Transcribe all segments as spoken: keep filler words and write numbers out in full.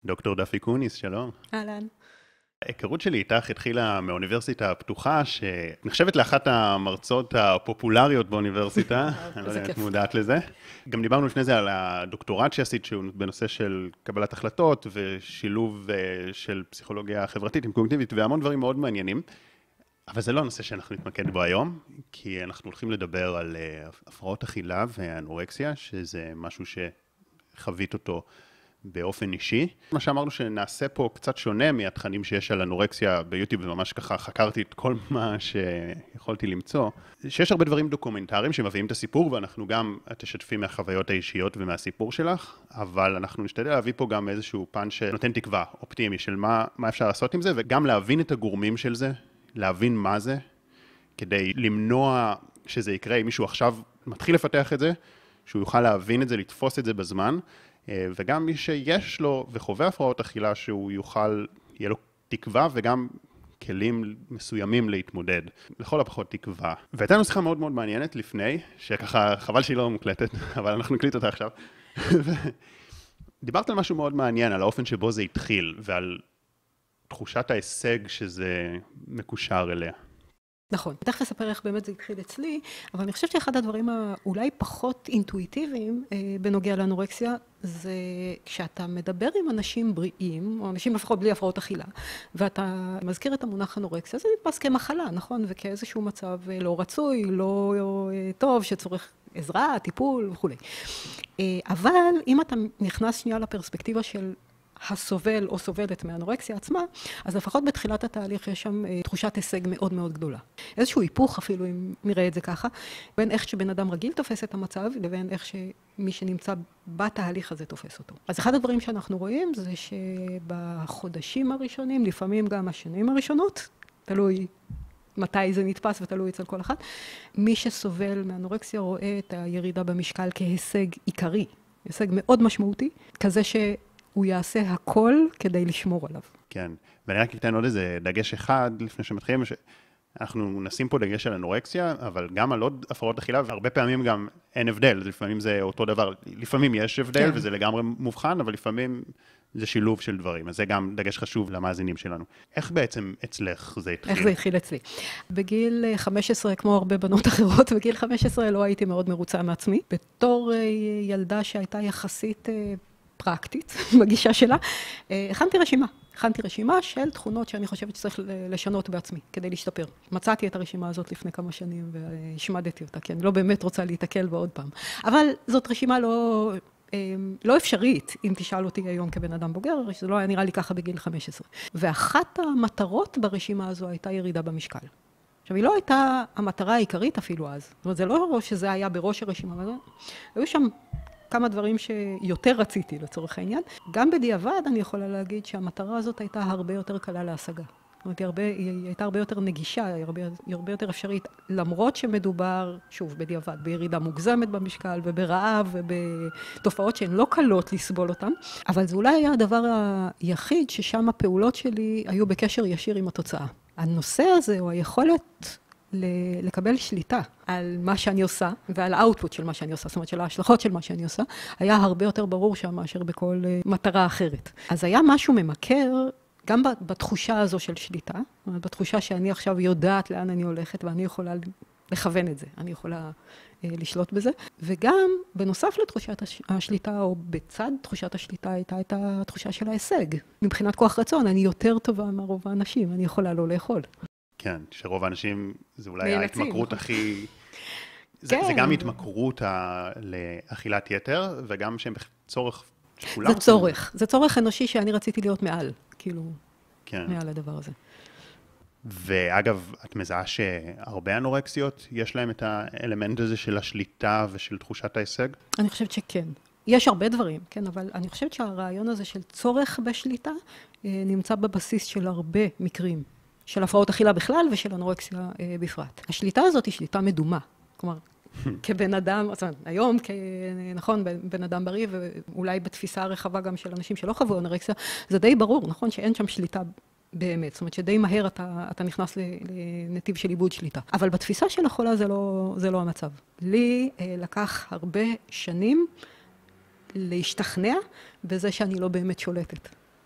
דוקטור דפי קוניס, שלום. אהלן. ההיכרות שלי איתך התחילה מאוניברסיטה הפתוחה, שנחשבת לאחת המרצות הפופולריות באוניברסיטה, אני לא יודע אם את מודעת לזה. גם דיברנו לפני זה על הדוקטורט שעשית, שהוא בנושא של קבלת החלטות ושילוב של פסיכולוגיה חברתית עם קוגניטיבית, והמון דברים מאוד מעניינים. אבל זה לא הנושא שאנחנו נתמקד בו היום, כי אנחנו הולכים לדבר על הפרעות אכילה ואנורקסיה, שזה משהו שחווית אותו באופן אישי. מה שאמרנו שנעשה פה קצת שונה מהתכנים שיש על אנורקסיה ביוטיוב, וממש ככה חקרתי את כל מה שיכולתי למצוא, שיש הרבה דברים דוקומנטריים שמביאים את הסיפור, ואנחנו גם תשתפים מהחוויות האישיות ומהסיפור שלך, אבל אנחנו נשתדל להביא פה גם איזשהו פן שנותן תקווה, אופטימי, של מה, מה אפשר לעשות עם זה, וגם להבין את הגורמים של זה, להבין מה זה, כדי למנוע שזה יקרה, אם מישהו עכשיו מתחיל לפתח את זה, שהוא יוכל להבין את זה, לתפוס את זה בזמן, וגם מי שיש לו וחווה הפרעות אכילה, שהוא יוכל, יהיה לו תקווה וגם כלים מסוימים להתמודד. לכל הפחות תקווה. והייתה לנו שיחה מאוד מאוד מעניינת לפני, שככה חבל שהיא לא מוקלטת, אבל אנחנו נקליט אותה עכשיו. דיברת על משהו מאוד מעניין, על האופן שבו זה התחיל, ועל תחושת ההישג שזה מקושר אליה. נכון. תכף אספר איך באמת זה התחיל אצלי, אבל אני חושבת שאחד הדברים האולי פחות אינטואיטיביים בנוגע לאנורקסיה, זה כשאתה מדבר עם אנשים בריאים, או אנשים לפחות בלי הפרעות אכילה, ואתה מזכיר את המונח אנורקסיה, זה נתפס כמחלה, נכון? וכאיזשהו מצב לא רצוי, לא טוב, שצורך עזרה, טיפול וכו'. אבל אם אתה נכנס שנייה לפרספקטיבה של הסובל או סובלת מאנורקסיה עצמה, אז לפחות בתחילת התהליך יש שם אה, תחושת הישג מאוד מאוד גדולה. איזשהו היפוך אפילו, אם נראה את זה ככה, בין איך שבן אדם רגיל תופס את המצב, לבין איך שמי שנמצא בתהליך הזה תופס אותו. אז אחד הדברים שאנחנו רואים זה שבחודשים הראשונים, לפעמים גם השנים הראשונות, תלוי מתי זה נתפס ותלוי אצל כל אחד, מי שסובל מאנורקסיה רואה את הירידה במשקל כהישג עיקרי, הישג מאוד משמעותי, כזה ש... הוא יעשה הכל כדי לשמור עליו. כן, ואני רק אתן עוד איזה דגש אחד לפני שמתחילים, שאנחנו נשים פה דגש על אנורקסיה, אבל גם על עוד הפרעות אכילה, והרבה פעמים גם אין הבדל, לפעמים זה אותו דבר, לפעמים יש הבדל, כן. וזה לגמרי מובחן, אבל לפעמים זה שילוב של דברים, אז זה גם דגש חשוב למאזינים שלנו. איך בעצם אצלך זה התחיל? איך זה התחיל אצלי? בגיל חמש עשרה, כמו הרבה בנות אחרות, בגיל חמש עשרה לא הייתי מאוד מרוצה מעצמי, בתור ילדה שהייתה יחסית פרקטית בגישה שלה, הכנתי רשימה. הכנתי רשימה של תכונות שאני חושבת שצריך לשנות בעצמי, כדי להשתפר. מצאתי את הרשימה הזאת לפני כמה שנים והשמדתי אותה, כי אני לא באמת רוצה להתקל בה עוד פעם. אבל זאת רשימה לא, לא אפשרית, אם תשאל אותי היום כבן אדם בוגר, שזה לא היה נראה לי ככה בגיל חמש עשרה. ואחת המטרות ברשימה הזו הייתה ירידה במשקל. עכשיו, היא לא הייתה המטרה העיקרית אפילו אז. זאת אומרת, זה לא שזה היה בראש הרשימה, אבל היו שם כמה דברים שיותר רציתי לצורך העניין. גם בדיעבד אני יכולה להגיד שהמטרה הזאת הייתה הרבה יותר קלה להשגה. זאת אומרת, היא, הרבה, היא הייתה הרבה יותר נגישה, היא הרבה, היא הרבה יותר אפשרית, למרות שמדובר, שוב, בדיעבד, בירידה מוגזמת במשקל וברעב ובתופעות שהן לא קלות לסבול אותן, אבל זה אולי היה הדבר היחיד ששם הפעולות שלי היו בקשר ישיר עם התוצאה. הנושא הזה, או היכולת לקבל שליטה על מה שאני עושה, ועל האוטפוט של מה שאני עושה, זאת אומרת, של ההשלכות של מה שאני עושה, היה הרבה יותר ברור שם מאשר בכל מטרה אחרת. אז היה משהו ממכר, גם בתחושה הזו של שליטה, בתחושה שאני עכשיו יודעת לאן אני הולכת, ואני יכולה לכוון את זה, אני יכולה לשלוט בזה, וגם בנוסף לתחושת השליטה, או בצד תחושת השליטה, הייתה את התחושה של ההישג. מבחינת כוח רצון, אני יותר טובה מרוב האנשים, אני יכולה לא לאכול. כן, שרוב האנשים, זה אולי ההתמכרות הכי... זה, זה גם התמכרות ה... לאכילת יתר, וגם שהם בצורך שכולם... זה צורך, זה צורך אנושי שאני רציתי להיות מעל, כאילו, כן. מעל הדבר הזה. ואגב, את מזהה שהרבה אנורקסיות, יש להם את האלמנט הזה של השליטה ושל תחושת ההישג? אני חושבת שכן. יש הרבה דברים, כן, אבל אני חושבת שהרעיון הזה של צורך בשליטה, נמצא בבסיס של הרבה מקרים. של הפרעות אכילה בכלל ושל אנורקסיה אה, בפרט. השליטה הזאת היא שליטה מדומה. כלומר, כבן אדם, זאת אומרת, היום, כ... נכון, בן אדם בריא, ואולי בתפיסה הרחבה גם של אנשים שלא חוו אנורקסיה, זה די ברור, נכון, שאין שם שליטה באמת. זאת אומרת, שדי מהר אתה, אתה נכנס לנתיב של איבוד שליטה. אבל בתפיסה של החולה זה לא, זה לא המצב. לי אה, לקח הרבה שנים להשתכנע בזה שאני לא באמת שולטת.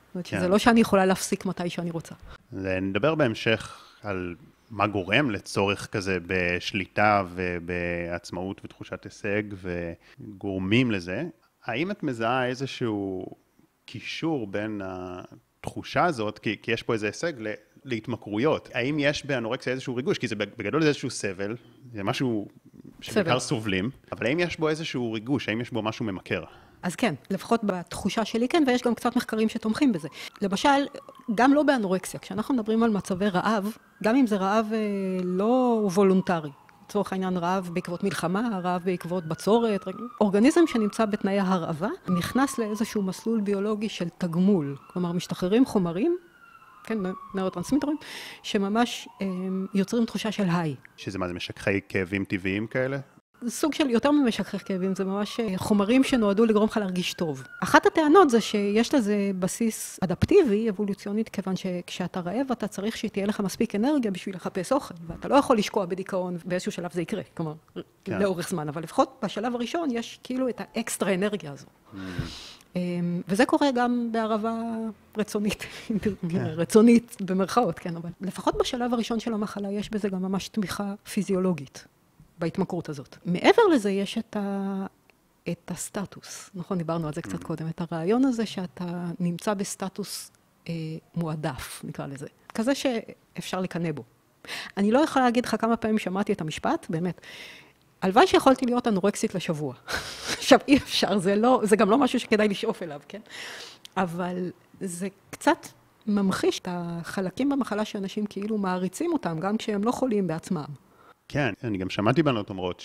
זאת אומרת שזה לא שאני יכולה להפסיק מתי שאני רוצה. נדבר בהמשך על מה גורם לצורך כזה בשליטה ובעצמאות ותחושת הישג וגורמים לזה. האם את מזהה איזשהו קישור בין התחושה הזאת, כי, כי יש פה איזה הישג ל, להתמכרויות. האם יש באנורקסיה איזשהו ריגוש? כי זה בגדול איזשהו סבל, זה משהו שבעיקר סובלים, אבל האם יש בו איזשהו ריגוש? האם יש בו משהו ממכר? אז כן, לפחות בתחושה שלי כן, ויש גם קצת מחקרים שתומכים בזה. למשל, גם לא באנורקסיה, כשאנחנו מדברים על מצבי רעב, גם אם זה רעב לא וולונטרי, לצורך העניין רעב בעקבות מלחמה, רעב בעקבות בצורת, אורגניזם שנמצא בתנאי הרעבה, נכנס לאיזשהו מסלול ביולוגי של תגמול, כלומר משתחררים חומרים, כן, נוירוטרנסמיטרים, שממש הם, יוצרים תחושה של היי. שזה מה, זה משככי כאבים טבעיים כאלה? סוג של יותר ממשכך כאבים, זה ממש חומרים שנועדו לגרום לך להרגיש טוב. אחת הטענות זה שיש לזה בסיס אדפטיבי, אבולוציונית, כיוון שכשאתה רעב אתה צריך שתהיה לך מספיק אנרגיה בשביל לחפש אוכל, ואתה לא יכול לשקוע בדיכאון, באיזשהו שלב זה יקרה, כלומר, כן. לאורך זמן, אבל לפחות בשלב הראשון יש כאילו את האקסטרה אנרגיה הזו. Mm. וזה קורה גם בערבה רצונית, כן. רצונית במרכאות, כן, אבל לפחות בשלב הראשון של המחלה יש בזה גם ממש תמיכה פיזיולוגית. בהתמכרות הזאת. מעבר לזה יש את, ה... את הסטטוס, נכון? דיברנו על זה קצת קודם, את הרעיון הזה שאתה נמצא בסטטוס אה, מועדף, נקרא לזה. כזה שאפשר לקנא בו. אני לא יכולה להגיד לך כמה פעמים שמעתי את המשפט, באמת. הלוואי שיכולתי להיות אנורקסית לשבוע. עכשיו אי אפשר, זה, לא, זה גם לא משהו שכדאי לשאוף אליו, כן? אבל זה קצת ממחיש את החלקים במחלה שאנשים כאילו מעריצים אותם, גם כשהם לא חולים בעצמם. כן, אני גם שמעתי בנות אומרות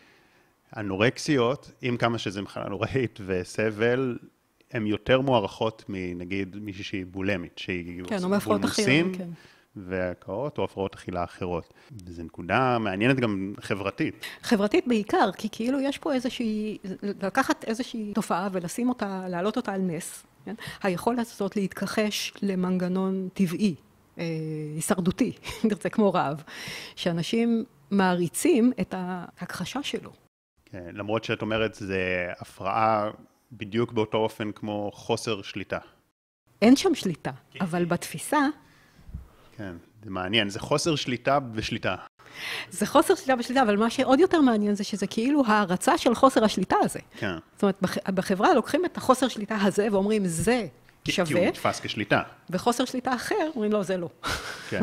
שאנורקסיות, עם כמה שזה מחלה נוראית וסבל, הן יותר מוערכות מנגיד מישהי שהיא בולמית, שהיא בולמוסים והקאות או הפרעות אכילה אחרות. וזו נקודה מעניינת גם חברתית. חברתית בעיקר, כי כאילו יש פה איזושהי, לקחת איזושהי תופעה ולשים אותה, להעלות אותה על נס, כן? היכולת הזאת להתכחש למנגנון טבעי, אה, הישרדותי, נרצה כמו רעב, שאנשים מעריצים את ההכחשה שלו. כן, למרות שאת אומרת, זה הפרעה בדיוק באותו אופן כמו חוסר שליטה. אין שם שליטה, אבל בתפיסה... כן, זה מעניין, זה חוסר שליטה ושליטה. זה חוסר שליטה ושליטה, אבל מה שעוד יותר מעניין זה שזה כאילו הערצה של חוסר השליטה הזה. כן. זאת אומרת, בחברה לוקחים את החוסר שליטה הזה ואומרים, זה שווה. כי הוא נתפס כשליטה. וחוסר שליטה אחר, אומרים, לא, זה לא. כן.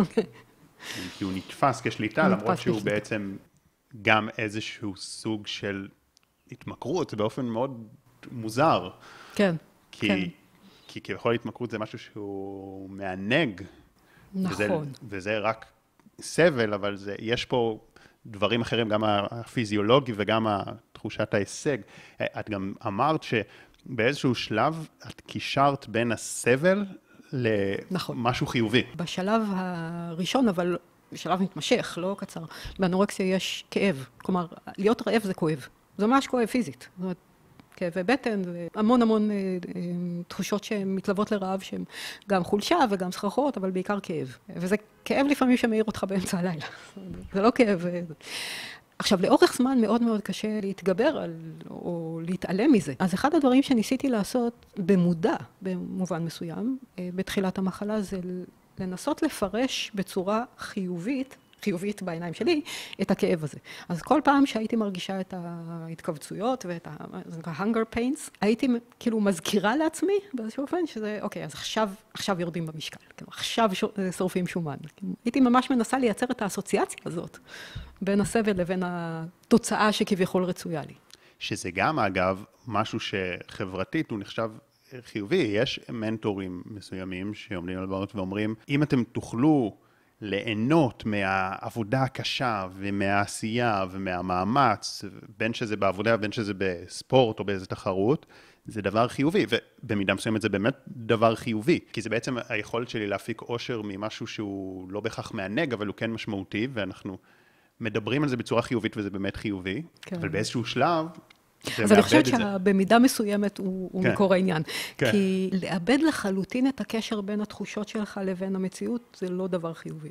כי הוא נתפס כשליטה, למרות שהוא בעצם גם איזשהו סוג של התמכרות, זה באופן מאוד מוזר. כן, כי, כן. כי כביכול התמכרות זה משהו שהוא מענג. נכון. וזה, וזה רק סבל, אבל זה, יש פה דברים אחרים, גם הפיזיולוגי וגם תחושת ההישג. את גם אמרת שבאיזשהו שלב את קישרת בין הסבל נכון. למשהו חיובי. בשלב הראשון, אבל בשלב מתמשך, לא קצר, באנורקסיה יש כאב. כלומר, להיות רעב זה כואב. זה ממש כואב פיזית. זאת אומרת, כאבי בטן, והמון המון אה, אה, תחושות שהן מתלוות לרעב, שהן גם חולשה וגם סחרחורת, אבל בעיקר כאב. וזה כאב לפעמים שמאיר אותך באמצע הלילה. זה לא כאב. עכשיו, לאורך זמן מאוד מאוד קשה להתגבר על, או להתעלם מזה. אז אחד הדברים שניסיתי לעשות במודע, במובן מסוים, בתחילת המחלה, זה לנסות לפרש בצורה חיובית, חיובית בעיניים שלי, את הכאב הזה. אז כל פעם שהייתי מרגישה את ההתכווצויות ואת ה-hunger pains, הייתי כאילו מזכירה לעצמי באיזשהו אופן שזה, אוקיי, אז עכשיו, עכשיו יורדים במשקל, עכשיו שורפים שומן. הייתי ממש מנסה לייצר את האסוציאציה הזאת בין הסבל לבין התוצאה שכביכול רצויה לי. שזה גם, אגב, משהו שחברתית הוא נחשב חיובי. יש מנטורים מסוימים שעומדים על בנות ואומרים, אם אתם תוכלו ליהנות מהעבודה הקשה ומהעשייה ומהמאמץ, בין שזה בעבודה, בין שזה בספורט או באיזו תחרות, זה דבר חיובי, ובמידה מסוימת זה באמת דבר חיובי, כי זה בעצם היכולת שלי להפיק אושר ממשהו שהוא לא בהכרח מענג, אבל הוא כן משמעותי, ואנחנו מדברים על זה בצורה חיובית וזה באמת חיובי, כן. אבל באיזשהו שלב אז אני חושבת שבמידה מסוימת הוא מקור העניין. כי לאבד לחלוטין את הקשר בין התחושות שלך לבין המציאות, זה לא דבר חיובי.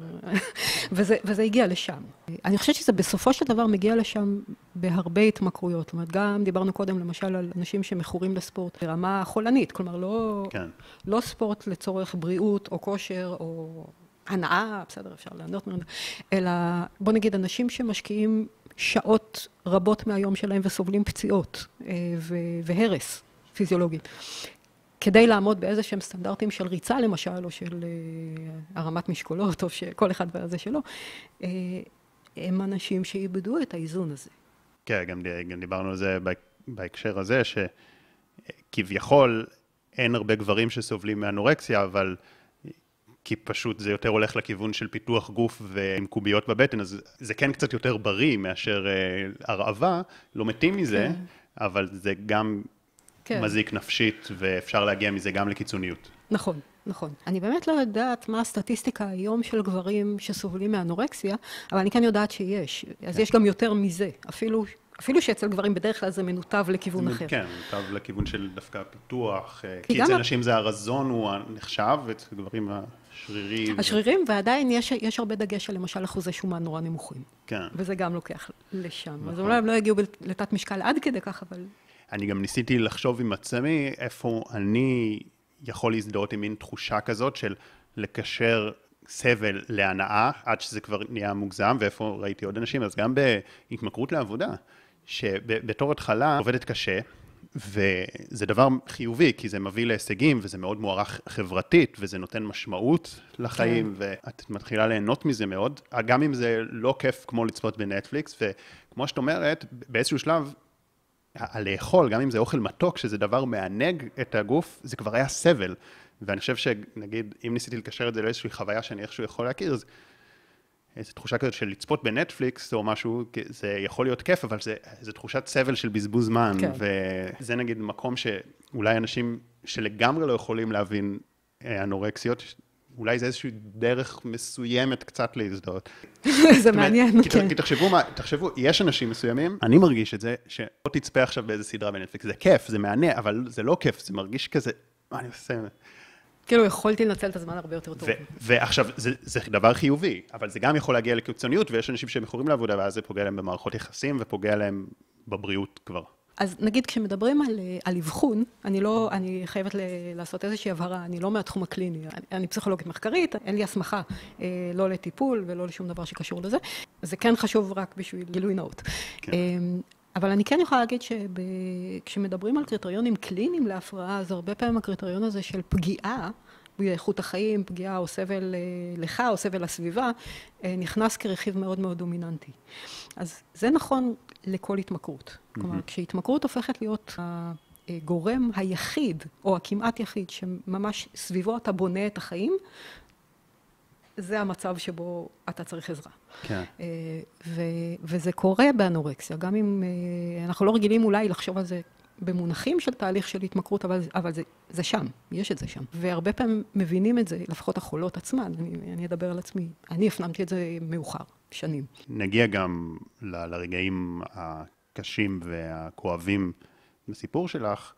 וזה הגיע לשם. אני חושבת שזה בסופו של דבר מגיע לשם בהרבה התמכרויות. זאת אומרת, גם דיברנו קודם למשל על אנשים שמכורים לספורט ברמה חולנית, כלומר לא ספורט לצורך בריאות או כושר או הנאה, בסדר, אפשר לענות, אלא בוא נגיד אנשים שמשקיעים שעות רבות מהיום שלהם וסובלים פציעות והרס פיזיולוגי. כדי לעמוד באיזה שהם סטנדרטים של ריצה למשל, או של הרמת משקולות, או שכל אחד בזה שלו, הם אנשים שאיבדו את האיזון הזה. כן, גם, גם דיברנו על זה בהקשר הזה, שכביכול אין הרבה גברים שסובלים מאנורקסיה, אבל כי פשוט זה יותר הולך לכיוון של פיתוח גוף ועם קוביות בבטן, אז זה כן קצת יותר בריא מאשר הרעבה, לא מתים מזה, כן. אבל זה גם כן. מזיק נפשית, ואפשר להגיע מזה גם לקיצוניות. נכון, נכון. אני באמת לא יודעת מה הסטטיסטיקה היום של גברים שסובלים מאנורקסיה, אבל אני כן יודעת שיש. אז כן. יש גם יותר מזה, אפילו... אפילו שאצל גברים בדרך כלל זה מנותב לכיוון אחר. כן, מנותב לכיוון של דווקא פיתוח, כי אצל נשים זה הרזון הוא הנחשב, ואצל גברים השרירים. השרירים, ועדיין יש, יש הרבה דגש על למשל אחוזי שומן נורא נמוכים. כן. וזה גם לוקח לשם. נכון. אז אולי הם לא יגיעו לתת משקל עד כדי כך, אבל... אני גם ניסיתי לחשוב עם עצמי איפה אני יכול להזדהות עם מין תחושה כזאת של לקשר סבל להנאה, עד שזה כבר נהיה מוגזם, ואיפה ראיתי עוד אנשים, אז גם בהתמכרות לעבודה. שבתור התחלה עובדת קשה, וזה דבר חיובי, כי זה מביא להישגים, וזה מאוד מוערך חברתית, וזה נותן משמעות לחיים, ואת מתחילה ליהנות מזה מאוד, גם אם זה לא כיף כמו לצפות בנטפליקס, וכמו שאת אומרת, באיזשהו שלב, הלאכול, גם אם זה אוכל מתוק, שזה דבר מענג את הגוף, זה כבר היה סבל. ואני חושב שנגיד, אם ניסיתי לקשר את זה לאיזושהי חוויה שאני איכשהו יכול להכיר, אז איזו תחושה כזאת של לצפות בנטפליקס או משהו, זה יכול להיות כיף, אבל זה, זה תחושת סבל של בזבוז זמן, כן. וזה נגיד מקום שאולי אנשים שלגמרי לא יכולים להבין אנורקסיות, אולי זה איזושהי דרך מסוימת קצת להזדהות. זה מעניין, כן. כי תחשבו מה, תחשבו, יש אנשים מסוימים, אני מרגיש את זה, שלא תצפה עכשיו באיזה סדרה בנטפליקס, זה כיף, זה מענה, אבל זה לא כיף, זה מרגיש כזה, מה אני עושה? כאילו, יכולתי לנצל את הזמן הרבה יותר טוב. ועכשיו, זה דבר חיובי, אבל זה גם יכול להגיע לקיצוניות, ויש אנשים שהם מכורים לעבודה, ואז זה פוגע להם במערכות יחסים, ופוגע להם בבריאות כבר. אז נגיד, כשמדברים על, על אבחון, אני לא, אני חייבת ל, לעשות איזושהי הבהרה, אני לא מהתחום הקליני, אני, אני פסיכולוגית מחקרית, אין לי הסמכה, אה, לא לטיפול ולא לשום דבר שקשור לזה. זה כן חשוב רק בשביל גילוי נאות. כן. אה, אבל אני כן יכולה להגיד שכשמדברים על קריטריונים קליניים להפרעה, אז הרבה פעמים הקריטריון הזה של פגיעה, באיכות החיים, פגיעה או סבל לך או סבל לסביבה, נכנס כרכיב מאוד מאוד דומיננטי. אז זה נכון לכל התמכרות. כלומר, כשהתמכרות הופכת להיות הגורם היחיד, או הכמעט יחיד, שממש סביבו אתה בונה את החיים, זה המצב שבו אתה צריך עזרה. כן. וזה קורה באנורקסיה, גם אם אנחנו לא רגילים אולי לחשוב על זה במונחים של תהליך של התמכרות, אבל, אבל זה, זה שם, יש את זה שם. והרבה פעמים מבינים את זה, לפחות החולות עצמן, אני, אני אדבר על עצמי. אני הפנמתי את זה מאוחר, שנים. נגיע גם ל, לרגעים הקשים והכואבים בסיפור שלך,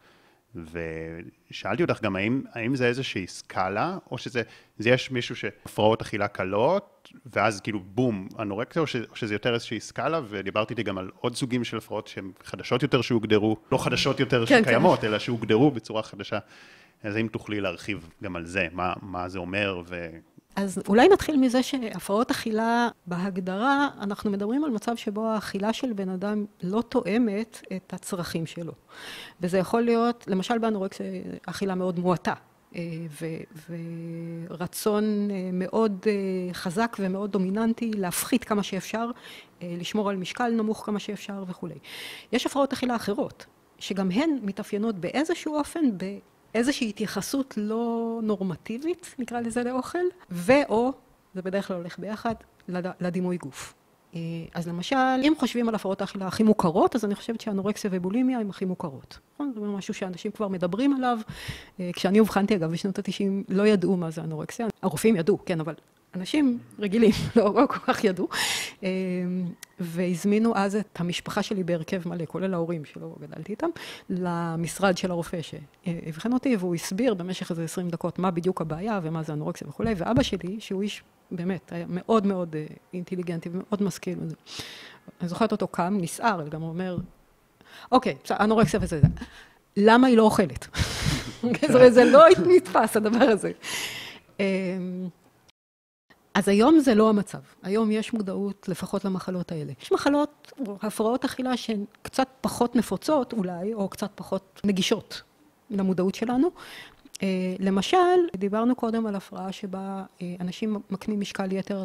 ושאלתי אותך גם, האם, האם זה איזושהי סקאלה, או שזה, זה יש מישהו שהפרעות אכילה קלות, ואז כאילו בום, אנורקסיה, או, ש, או שזה יותר איזושהי סקאלה, ודיברתי איתי גם על עוד סוגים של הפרעות שהן חדשות יותר שהוגדרו, לא חדשות יותר כן, שקיימות, כן. אלא שהוגדרו בצורה חדשה. אז אם תוכלי להרחיב גם על זה, מה, מה זה אומר ו... אז אולי נתחיל מזה שהפרעות אכילה בהגדרה, אנחנו מדברים על מצב שבו האכילה של בן אדם לא תואמת את הצרכים שלו. וזה יכול להיות, למשל באנורקסיה, אכילה מאוד מועטה, ורצון מאוד חזק ומאוד דומיננטי להפחית כמה שאפשר, לשמור על משקל נמוך כמה שאפשר וכו'. יש הפרעות אכילה אחרות, שגם הן מתאפיינות באיזשהו אופן, ב... איזושהי התייחסות לא נורמטיבית, נקרא לזה לאוכל, ואו, זה בדרך כלל הולך ביחד, לדימוי גוף. אז למשל, אם חושבים על הפרעות האכילה הכי מוכרות, אז אני חושבת שאנורקסיה ובולימיה הם הכי מוכרות. זה משהו שאנשים כבר מדברים עליו. כשאני הובחנתי, אגב, בשנות ה-תשעים לא ידעו מה זה אנורקסיה. הרופאים ידעו, כן, אבל אנשים רגילים, לא, לא כל כך ידעו, והזמינו אז את המשפחה שלי בהרכב מלא, כולל ההורים שלא גדלתי איתם, למשרד של הרופא שהבחן אותי, והוא הסביר במשך איזה עשרים דקות מה בדיוק הבעיה ומה זה אנורקסיה וכו'. ואבא שלי, שהוא איש באמת, היה מאוד מאוד אינטליגנטי ומאוד משכיל. אני זוכרת אותו קם, נסער, גם הוא אומר, אוקיי, אנורקסיה וזה זה. למה היא לא אוכלת? זה לא נתפס, הדבר הזה. אז היום זה לא המצב. היום יש מודעות לפחות למחלות האלה. יש מחלות, או הפרעות אכילה שהן קצת פחות נפוצות אולי, או קצת פחות נגישות למודעות שלנו. למשל, דיברנו קודם על הפרעה שבה אנשים מקנים משקל יתר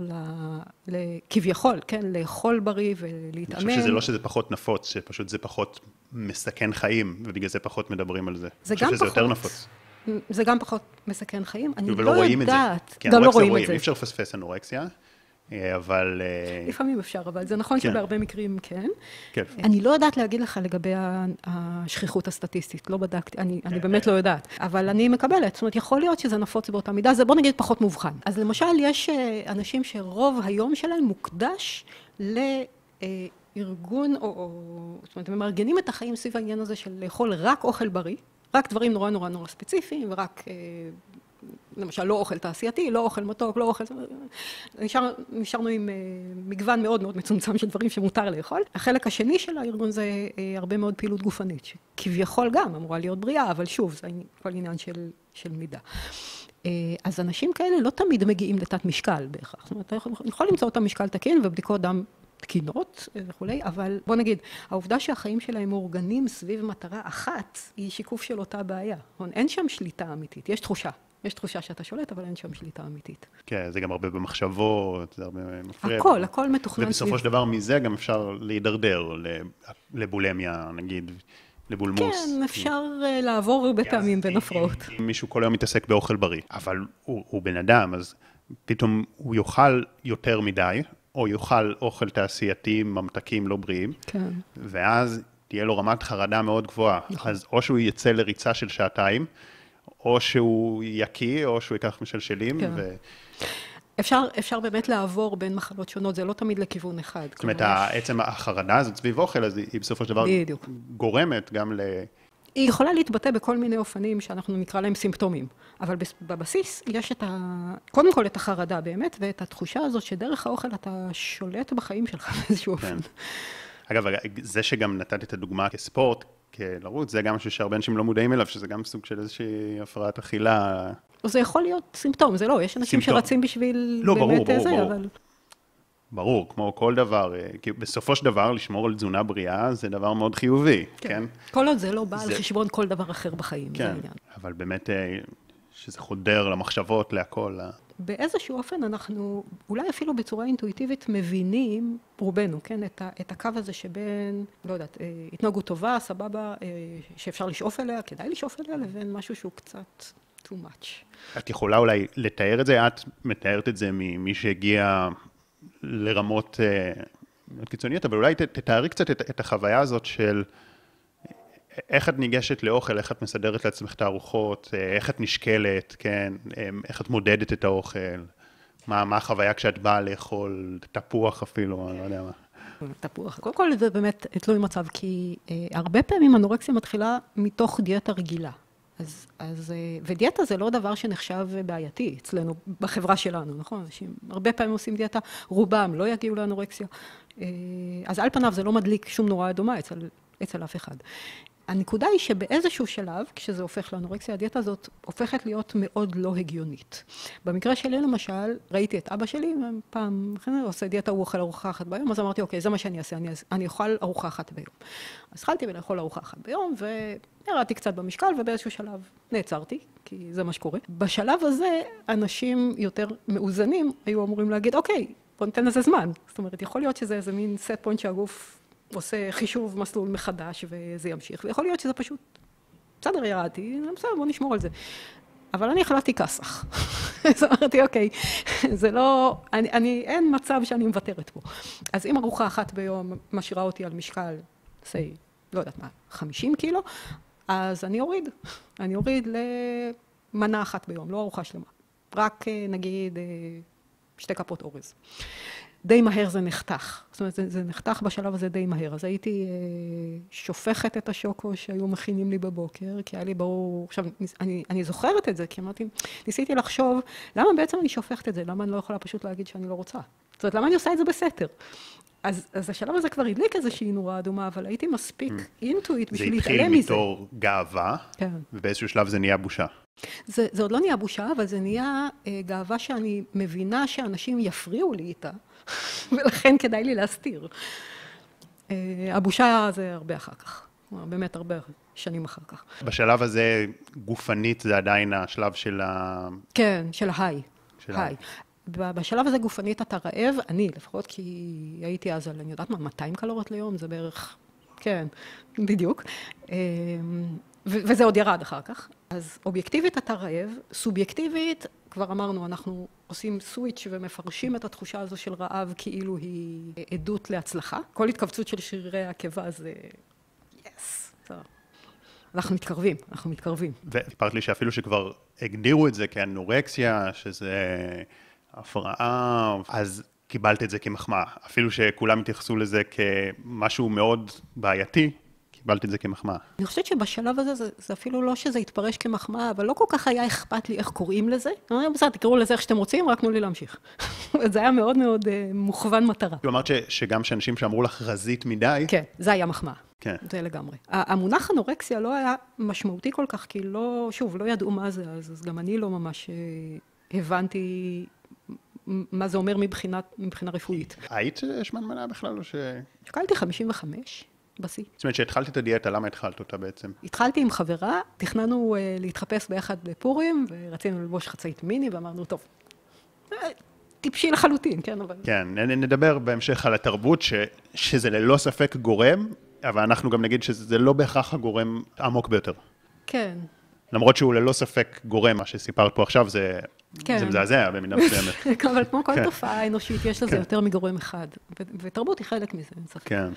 לכביכול, כן, לאכול בריא ולהתאמן. אני חושב שזה לא שזה פחות נפוץ, שפשוט זה פחות מסכן חיים, ובגלל זה פחות מדברים על זה. זה גם פחות. שזה יותר נפוץ. זה גם פחות מסכן חיים. אני לא לא יודעת. כן, לא רואים את זה. אי אפשר לפספס אנורקסיה, אבל... לפעמים אפשר, אבל זה נכון כן. שבהרבה מקרים כן. כן. אני לא יודעת להגיד לך לגבי השכיחות הסטטיסטית, לא בדקתי, אני, אני באמת לא יודעת. אבל אני מקבלת, זאת אומרת, יכול להיות שזה נפוץ באותה מידה, זה בוא נגיד פחות מובחן. אז למשל, יש אנשים שרוב היום שלהם מוקדש לארגון, או, או, זאת אומרת, הם מארגנים את החיים סביב העניין הזה של לאכול רק אוכל בריא, רק דברים נורא נורא נורא ספציפיים, ורק, למשל, לא אוכל תעשייתי, לא אוכל מתוק, לא אוכל... נשאר, נשארנו עם מגוון מאוד מאוד מצומצם של דברים שמותר לאכול. החלק השני של הארגון זה הרבה מאוד פעילות גופנית, שכביכול גם אמורה להיות בריאה, אבל שוב, זה כל עניין של, של מידה. אז אנשים כאלה לא תמיד מגיעים לתת משקל בהכרח. זאת אומרת, אתה יכול למצוא אותם משקל תקין ובדיקות דם תקינות וכולי, אבל בוא נגיד, העובדה שהחיים שלהם מאורגנים סביב מטרה אחת, היא שיקוף של אותה בעיה. אין שם שליטה אמיתית, יש תחושה. יש תחושה שאתה שולט, אבל אין שם שליטה אמיתית. כן, זה גם הרבה במחשבות, זה הרבה מפריע. הכל, הכל מתוכנן. ובסופו של דבר מזה גם אפשר להידרדר לבולמיה, נגיד, לבולמוס. כן, אפשר לעבור הרבה פעמים בין הפרעות. אם מישהו כל היום מתעסק באוכל בריא, אבל הוא בן אדם, אז פתאום הוא יאכל יותר מדי, או יאכל אוכל תעשייתי, ממתקים לא בריאים, כן. ואז תהיה לו רמת חרדה מאוד גבוהה. אז או שהוא יצא לריצה של שעתיים, או שהוא יקיא, או שהוא ייקח משלשלים. כן. ו... אפשר, אפשר באמת לעבור בין מחלות שונות, זה לא תמיד לכיוון אחד. זאת אומרת, עצם החרדה הזאת סביב אוכל, אז היא בסופו של דבר בדיוק. גורמת גם ל... היא יכולה להתבטא בכל מיני אופנים שאנחנו נקרא להם סימפטומים, אבל בבסיס יש את ה... קודם כל את החרדה באמת, ואת התחושה הזאת שדרך האוכל אתה שולט בחיים שלך באיזשהו אופן. אגב, זה שגם נתת את הדוגמה כספורט, כלרוץ, זה גם משהו שהרבה אנשים לא מודעים אליו, שזה גם סוג של איזושהי הפרעת אכילה. זה יכול להיות סימפטום, זה לא, יש אנשים סימפטום. שרצים בשביל לא, באמת ברור, ברור, זה, ברור. אבל... ברור, כמו כל דבר, כי בסופו של דבר, לשמור על תזונה בריאה, זה דבר מאוד חיובי, כן? כן? כל עוד זה לא בא על זה... חשבון כל דבר אחר בחיים, כן, זה העניין. אבל באמת, שזה חודר למחשבות, להכל. באיזשהו אופן אנחנו, אולי אפילו בצורה אינטואיטיבית, מבינים, רובנו, כן, את, ה, את הקו הזה שבין, לא יודעת, התנהגות טובה, סבבה, שאפשר לשאוף אליה, כדאי לשאוף אליה, לבין משהו שהוא קצת too much. את יכולה אולי לתאר את זה? את מתארת את זה ממי שהגיע לרמות מאוד קיצוניות, אבל אולי תתארי קצת את, את החוויה הזאת של איך את ניגשת לאוכל, איך את מסדרת לעצמך את הארוחות, איך את נשקלת, כן, איך את מודדת את האוכל, מה, מה החוויה כשאת באה לאכול תפוח אפילו, אני לא יודע מה. תפוח. קודם כל זה באמת תלוי מצב, כי אה, הרבה פעמים אנורקסיה מתחילה מתוך דיאטה רגילה. אז, אז, אה, ודיאטה זה לא דבר שנחשב בעייתי אצלנו, בחברה שלנו, נכון? אנשים הרבה פעמים עושים דיאטה, רובם לא יגיעו לאנורקסיה. אה, אז על פניו זה לא מדליק שום נורא דומה אצל, אצל אף אחד. הנקודה היא שבאיזשהו שלב, כשזה הופך לאנורקסיה, הדיאטה הזאת הופכת להיות מאוד לא הגיונית. במקרה שלי, למשל, ראיתי את אבא שלי, פעם הוא עושה דיאטה, הוא אוכל ארוחה אחת ביום, אז אמרתי, אוקיי, זה מה שאני אעשה, אני, אני אוכל ארוחה אחת ביום. אז התחלתי לאכול ארוחה אחת ביום, וירדתי קצת במשקל, ובאיזשהו שלב נעצרתי, כי זה מה שקורה. בשלב הזה, אנשים יותר מאוזנים היו אמורים להגיד, אוקיי, בוא ניתן לזה זמן. זאת אומרת, יכול להיות שזה איזה מין סט פוינט שהגוף עושה חישוב מסלול מחדש וזה ימשיך, ויכול להיות שזה פשוט, בסדר, ירדתי, בסדר, בוא נשמור על זה. אבל אני החלטתי כסח. אז אמרתי, אוקיי, זה לא, אני, אני, אין מצב שאני מוותרת פה. אז אם ארוחה אחת ביום משאירה אותי על משקל, סי, לא יודעת מה, חמישים קילו, אז אני אוריד. אני אוריד למנה אחת ביום, לא ארוחה שלמה. רק נגיד שתי כפות אורז. די מהר זה נחתך. זאת אומרת, זה, זה נחתך בשלב הזה די מהר. אז הייתי אה, שופכת את השוקו שהיו מכינים לי בבוקר, כי היה לי ברור, עכשיו, אני, אני זוכרת את זה, כי אמרתי, ניסיתי לחשוב, למה בעצם אני שופכת את זה? למה אני לא יכולה פשוט להגיד שאני לא רוצה? זאת אומרת, למה אני עושה את זה בסתר? אז, אז השלב הזה כבר הדליק איזושהי נורה אדומה, אבל הייתי מספיק אינטואיט בשביל להתעלם מזה. זה התחיל מתור גאווה, כן. ובאיזשהו שלב זה נהיה בושה. זה, זה עוד לא נהיה בושה, אבל זה נהיה אה, גאווה שאני מבינה שאנשים יפריעו לי איתה, ולכן כדאי לי להסתיר. אה, הבושה זה הרבה אחר כך, באמת הרבה שנים אחר כך. בשלב הזה גופנית זה עדיין השלב של ה... כן, של ההיי. של ההיי. בשלב הזה גופנית אתה רעב, אני לפחות, כי הייתי אז על, אני יודעת מה, מאתיים קלוריות ליום, זה בערך, כן, בדיוק. וזה עוד ירד אחר כך. אז אובייקטיבית אתה רעב, סובייקטיבית, כבר אמרנו, אנחנו עושים סוויץ' ומפרשים את התחושה הזו של רעב כאילו היא עדות להצלחה. כל התכווצות של שרירי הקיבה זה, יס, טוב. אנחנו מתקרבים, אנחנו מתקרבים. וסיפרת לי שאפילו שכבר הגדירו את זה כאנורקסיה, שזה הפרעה, אז קיבלת את זה כמחמאה. אפילו שכולם התייחסו לזה כמשהו מאוד בעייתי, קיבלת את זה כמחמאה. אני חושבת שבשלב הזה, זה, זה אפילו לא שזה יתפרש כמחמאה, אבל לא כל כך היה אכפת לי איך קוראים לזה. אני אומרת, בסדר, תקראו לזה איך שאתם רוצים, רק תנו לי להמשיך. זה היה מאוד מאוד uh, מוכוון מטרה. כלומר, ש, שגם שאנשים שאמרו לך רזית מדי... כן, זה היה מחמאה. כן. זה לגמרי. המונח אנורקסיה לא היה משמעותי כל כך, כי לא, שוב, לא ידעו מה זה, אז, אז גם אני לא ממש uh, הבנתי מה זה אומר מבחינת, מבחינה רפואית. היית שמן מלאה בכלל או ש... שקלתי חמישים וחמש. בסי. זאת אומרת שהתחלת את הדיאטה, למה התחלת אותה בעצם? התחלתי עם חברה, תכננו uh, להתחפש ביחד בפורים, ורצינו ללבוש חצאית מיני, ואמרנו, טוב, טיפשי לחלוטין, כן, אבל... כן, נדבר בהמשך על התרבות, ש, שזה ללא ספק גורם, אבל אנחנו גם נגיד שזה לא בהכרח הגורם העמוק ביותר. כן. למרות שהוא ללא ספק גורם, מה שסיפרת פה עכשיו, זה, כן. זה מזעזע במידה מסוימת. אבל כמו כל כן. תופעה אנושית, יש לזה כן. יותר מגורם אחד, ותרבות היא חלק מזה, אין ספק. כן.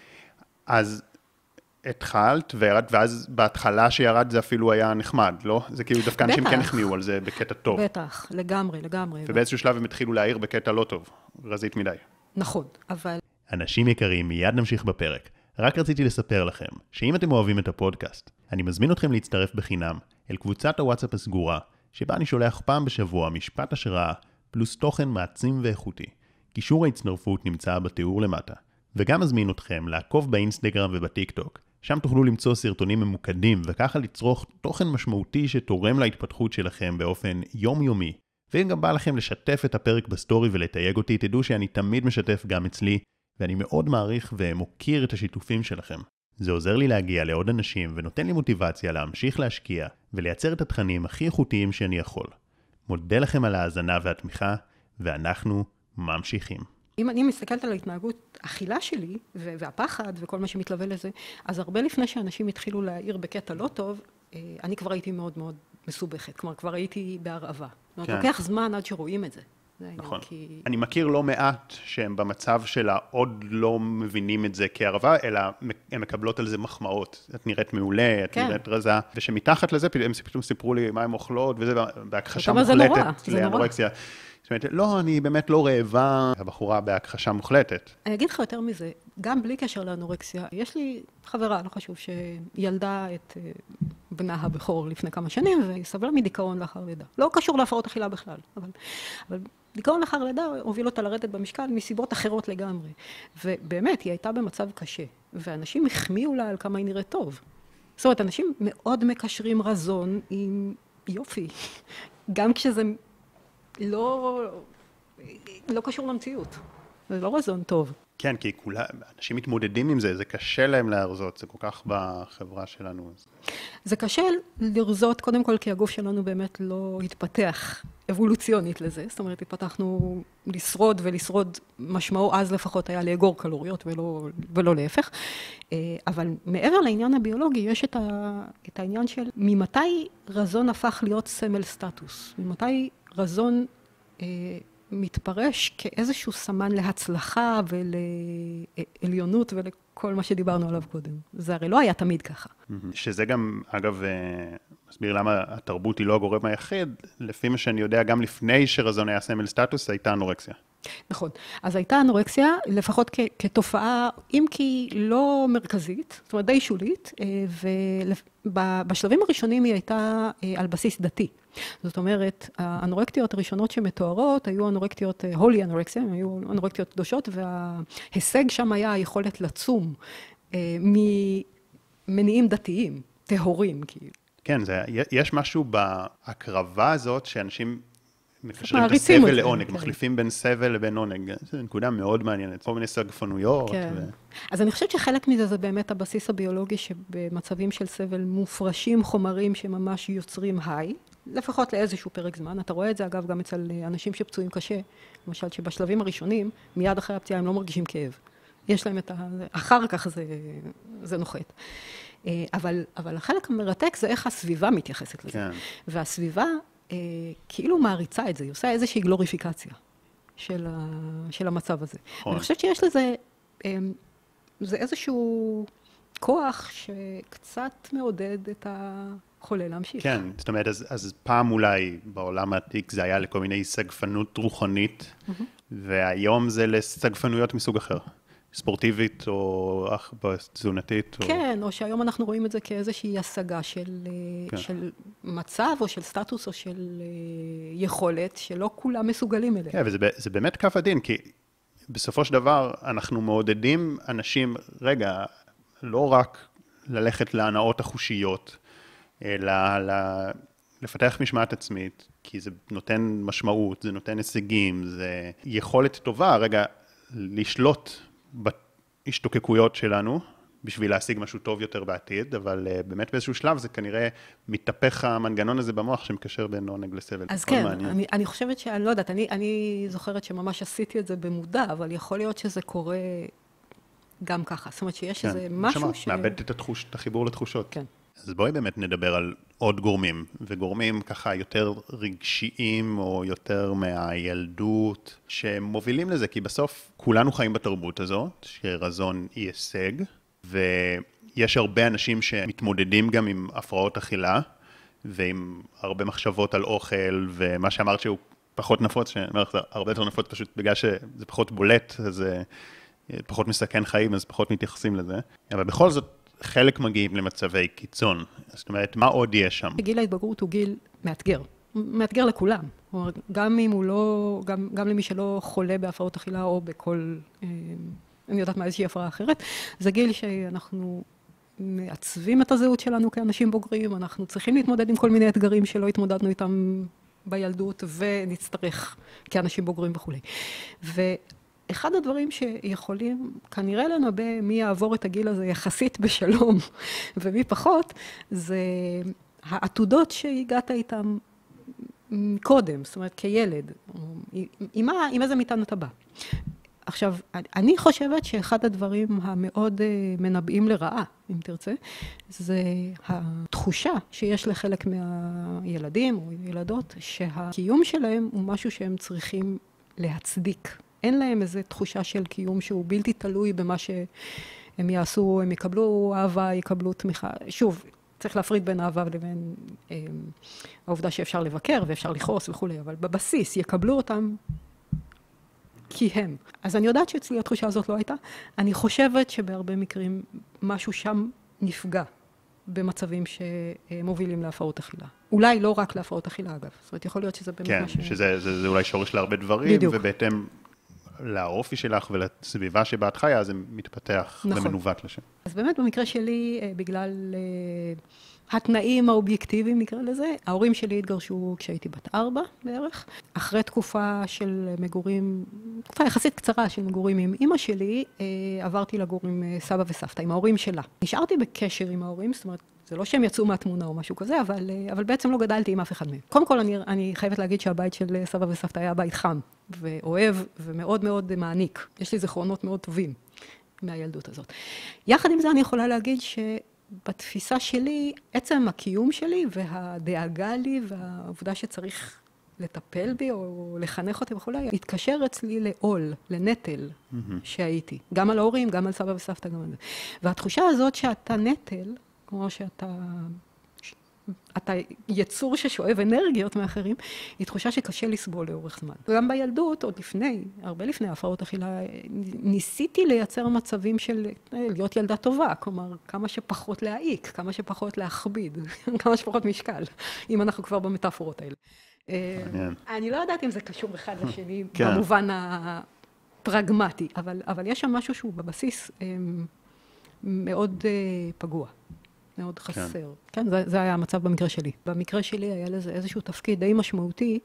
אז התחלת וירד, ואז בהתחלה שירד זה אפילו היה נחמד, לא? זה כאילו דווקא אנשים כן החמיאו על זה בקטע טוב. בטח, לגמרי, לגמרי. ובאיזשהו שלב הם התחילו להעיר בקטע לא טוב, רזית מדי. נכון, אבל... אנשים יקרים, מיד נמשיך בפרק. רק רציתי לספר לכם, שאם אתם אוהבים את הפודקאסט, אני מזמין אתכם להצטרף בחינם אל קבוצת הוואטסאפ הסגורה, שבה אני שולח פעם בשבוע משפט השראה, פלוס תוכן מעצים ואיכותי. קישור ההצטרפות נמצא בתיאור למטה. וגם מזמין אתכם לעקוב באינסטגרם ובטיק טוק. שם תוכלו למצוא סרטונים ממוקדים וככה לצרוך תוכן משמעותי שתורם להתפתחות שלכם באופן יומיומי. ואם גם בא לכם לשתף את הפרק בסטורי ולתייג אותי, תדעו שאני תמיד משתף גם אצלי, ואני מאוד מעריך ומוקיר את השיתופים שלכם. זה עוזר לי להגיע לעוד אנשים ונותן לי מוטיבציה להמשיך להשקיע ולייצר את התכנים הכי איכותיים שאני יכול. מודה לכם על ההאזנה והתמיכה, ואנחנו ממשיכים. אם אני מסתכלת על ההתנהגות אכילה שלי, והפחד וכל מה שמתלווה לזה, אז הרבה לפני שאנשים התחילו להעיר בקטע לא טוב, אני כבר הייתי מאוד מאוד מסובכת. כלומר, כבר הייתי בהרעבה. זאת אומרת, לוקח זמן עד שרואים את זה. נכון. אני מכיר לא מעט שהם במצב שלה עוד לא מבינים את זה כהרעבה, אלא הם מקבלות על זה מחמאות. את נראית מעולה, את נראית רזה, ושמתחת לזה הם פתאום סיפרו לי מה הם אוכלות, וזה בהכחשה מוחלטת לאנורקסיה. זאת אומרת, לא, אני באמת לא רעבה, הבחורה בהכחשה מוחלטת. אני אגיד לך יותר מזה, גם בלי קשר לאנורקסיה, יש לי חברה, לא חשוב, שילדה את בנה הבכור לפני כמה שנים, והיא סבלה מדיכאון לאחר לידה. לא קשור להפרעות אכילה בכלל, אבל, אבל דיכאון לאחר לידה הוביל אותה לרדת במשקל מסיבות אחרות לגמרי. ובאמת, היא הייתה במצב קשה, ואנשים החמיאו לה על כמה היא נראית טוב. זאת אומרת, אנשים מאוד מקשרים רזון עם יופי, גם כשזה... לא, לא קשור למציאות. זה לא רזון טוב. כן, כי כולה, אנשים מתמודדים עם זה, זה קשה להם להרזות, זה כל כך בחברה שלנו. זה קשה לרזות, קודם כל, כי הגוף שלנו באמת לא התפתח אבולוציונית לזה. זאת אומרת, התפתחנו לשרוד, ולשרוד משמעו אז לפחות היה לאגור קלוריות, ולא, ולא להפך. אבל מעבר לעניין הביולוגי, יש את, ה, את העניין של ממתי רזון הפך להיות סמל סטטוס. ממתי רזון אה, מתפרש כאיזשהו סמן להצלחה ולעליונות ולכל מה שדיברנו עליו קודם. זה הרי לא היה תמיד ככה. שזה גם, אגב, מסביר למה התרבות היא לא הגורם היחיד, לפי מה שאני יודע, גם לפני שרזון היה סמל סטטוס, הייתה אנורקסיה. נכון. אז הייתה אנורקסיה, לפחות כ- כתופעה, אם כי לא מרכזית, זאת אומרת די שולית, ובשלבים הראשונים היא הייתה על בסיס דתי. זאת אומרת, האנורקטיות הראשונות שמתוארות היו אנורקטיות, הולי אנורקסיה, היו אנורקטיות קדושות, וההישג שם היה היכולת לצום ממניעים דתיים, טהורים, כאילו. כן, זה, יש משהו בהקרבה הזאת שאנשים מקשרים את הסבל לעונג, כן. מחליפים בין סבל לבין עונג. זו נקודה מאוד מעניינת, כל מיני סגפנויות. כן. ו... אז אני חושבת שחלק מזה זה באמת הבסיס הביולוגי, שבמצבים של סבל מופרשים חומרים שממש יוצרים היי, לפחות לאיזשהו פרק זמן. אתה רואה את זה, אגב, גם אצל אנשים שפצועים קשה, למשל שבשלבים הראשונים, מיד אחרי הפציעה הם לא מרגישים כאב. יש להם את ה... אחר כך זה, זה נוחת. אבל, אבל החלק המרתק זה איך הסביבה מתייחסת לזה. כן. והסביבה כאילו מעריצה את זה, היא עושה איזושהי גלוריפיקציה של, ה, של המצב הזה. נכון. אני חושבת שיש לזה, זה איזשהו כוח שקצת מעודד את החולה להמשיך. כן, זאת אומרת, אז, אז פעם אולי בעולם העתיק זה היה לכל מיני סגפנות רוחנית, mm-hmm. והיום זה לסגפנויות מסוג אחר. ספורטיבית או תזונתית. כן, או... או שהיום אנחנו רואים את זה כאיזושהי השגה של, כן. של מצב או של סטטוס או של יכולת שלא כולם מסוגלים אליה. כן, וזה זה באמת כף הדין, כי בסופו של דבר אנחנו מעודדים אנשים, רגע, לא רק ללכת להנאות החושיות, אלא לפתח משמעת עצמית, כי זה נותן משמעות, זה נותן הישגים, זה יכולת טובה, רגע, לשלוט בהשתוקקויות שלנו, בשביל להשיג משהו טוב יותר בעתיד, אבל uh, באמת באיזשהו שלב זה כנראה מתהפך המנגנון הזה במוח שמקשר בין עונג לסבל. אז כן, אני, אני חושבת שאני לא יודעת, אני, אני זוכרת שממש עשיתי את זה במודע, אבל יכול להיות שזה קורה גם ככה. זאת אומרת שיש כן, איזה משהו שמה, ש... מאבד את, התחוש, את החיבור לתחושות. כן. אז בואי באמת נדבר על עוד גורמים, וגורמים ככה יותר רגשיים או יותר מהילדות, שמובילים לזה, כי בסוף כולנו חיים בתרבות הזאת, שרזון היא הישג, ויש הרבה אנשים שמתמודדים גם עם הפרעות אכילה, ועם הרבה מחשבות על אוכל, ומה שאמרת שהוא פחות נפוץ, שאומרת, זה הרבה יותר נפוץ פשוט בגלל שזה פחות בולט, זה פחות מסכן חיים, אז פחות מתייחסים לזה. אבל בכל זאת, חלק מגיעים למצבי קיצון. זאת אומרת, מה עוד יש שם? גיל ההתבגרות הוא גיל מאתגר. מאתגר לכולם. גם אם הוא לא, גם, גם למי שלא חולה בהפרעות אכילה או בכל, אני יודעת מה, איזושהי הפרעה אחרת, זה גיל שאנחנו מעצבים את הזהות שלנו כאנשים בוגרים, אנחנו צריכים להתמודד עם כל מיני אתגרים שלא התמודדנו איתם בילדות, ונצטרך כאנשים בוגרים וכו'. ו... אחד הדברים שיכולים כנראה לנבא מי יעבור את הגיל הזה יחסית בשלום ומי פחות, זה העתודות שהגעת איתם קודם, זאת אומרת כילד, עם, מה, עם איזה מטען אתה בא. עכשיו, אני חושבת שאחד הדברים המאוד מנבאים לרעה, אם תרצה, זה התחושה שיש לחלק מהילדים או ילדות, שהקיום שלהם הוא משהו שהם צריכים להצדיק. אין להם איזו תחושה של קיום שהוא בלתי תלוי במה שהם יעשו, הם יקבלו אהבה, יקבלו תמיכה. שוב, צריך להפריד בין אהבה לבין אה, העובדה שאפשר לבקר ואפשר לכעוס וכו', אבל בבסיס יקבלו אותם כי הם. אז אני יודעת שאצלי התחושה הזאת לא הייתה. אני חושבת שבהרבה מקרים משהו שם נפגע במצבים שמובילים להפרעות אכילה. אולי לא רק להפרעות אכילה, אגב. זאת אומרת, יכול להיות שזה באמת כן, משהו... כן, שזה זה, זה אולי שורש להרבה דברים, בדיוק. ובהתאם... לאופי שלך ולסביבה שבה את חיה, זה מתפתח נכון. ומנווט לשם. אז באמת במקרה שלי, בגלל התנאים האובייקטיביים, נקרא לזה, ההורים שלי התגרשו כשהייתי בת ארבע בערך. אחרי תקופה של מגורים, תקופה יחסית קצרה של מגורים עם אמא שלי, עברתי לגור עם סבא וסבתא, עם ההורים שלה. נשארתי בקשר עם ההורים, זאת אומרת, זה לא שהם יצאו מהתמונה או משהו כזה, אבל, אבל בעצם לא גדלתי עם אף אחד מהם. קודם כל, אני, אני חייבת להגיד שהבית של סבא וסבתא היה בית חם, ואוהב, ומאוד מאוד מעניק. יש לי זיכרונות מאוד טובים מהילדות הזאת. יחד עם זה אני יכולה להגיד שבתפיסה שלי, עצם הקיום שלי והדאגה לי, והעובדה שצריך לטפל בי או לחנך אותי וכו', התקשר אצלי לעול, לנטל mm-hmm. שהייתי. גם על ההורים, גם על סבא וסבתא, גם על זה. והתחושה הזאת שאתה נטל, כמו שאתה אתה יצור ששואב אנרגיות מאחרים, היא תחושה שקשה לסבול לאורך זמן. גם בילדות, עוד לפני, הרבה לפני ההפרעות אכילה, ניסיתי לייצר מצבים של להיות ילדה טובה, כלומר, כמה שפחות להעיק, כמה שפחות להכביד, כמה שפחות משקל, אם אנחנו כבר במטאפורות האלה. אני לא יודעת אם זה קשור אחד לשני, במובן הפרגמטי, אבל יש שם משהו שהוא בבסיס מאוד פגוע. מאוד חסר. כן, זה, זה היה המצב במקרה שלי. במקרה שלי היה לזה איזשהו תפקיד די משמעותי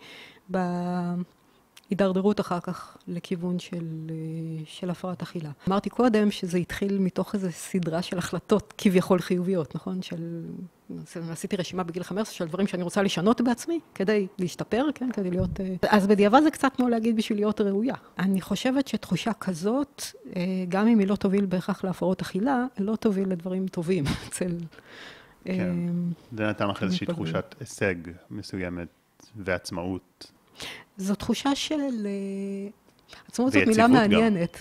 בהידרדרות אחר כך לכיוון של, של הפרעת אכילה. אמרתי קודם שזה התחיל מתוך איזו סדרה של החלטות כביכול חיוביות, נכון? של, עשיתי רשימה בגיל חמש עשרה של דברים שאני רוצה לשנות בעצמי, כדי להשתפר, כן? כדי להיות... אז בדיעבד זה קצת כמו להגיד בשביל להיות ראויה. אני חושבת שתחושה כזאת, גם אם היא לא תוביל בהכרח להפרעות אכילה, לא תוביל לדברים טובים אצל... כן, זה נתן לך איזושהי תחושת הישג מסוימת ועצמאות. זו תחושה של... עצמאות זאת מילה מעניינת.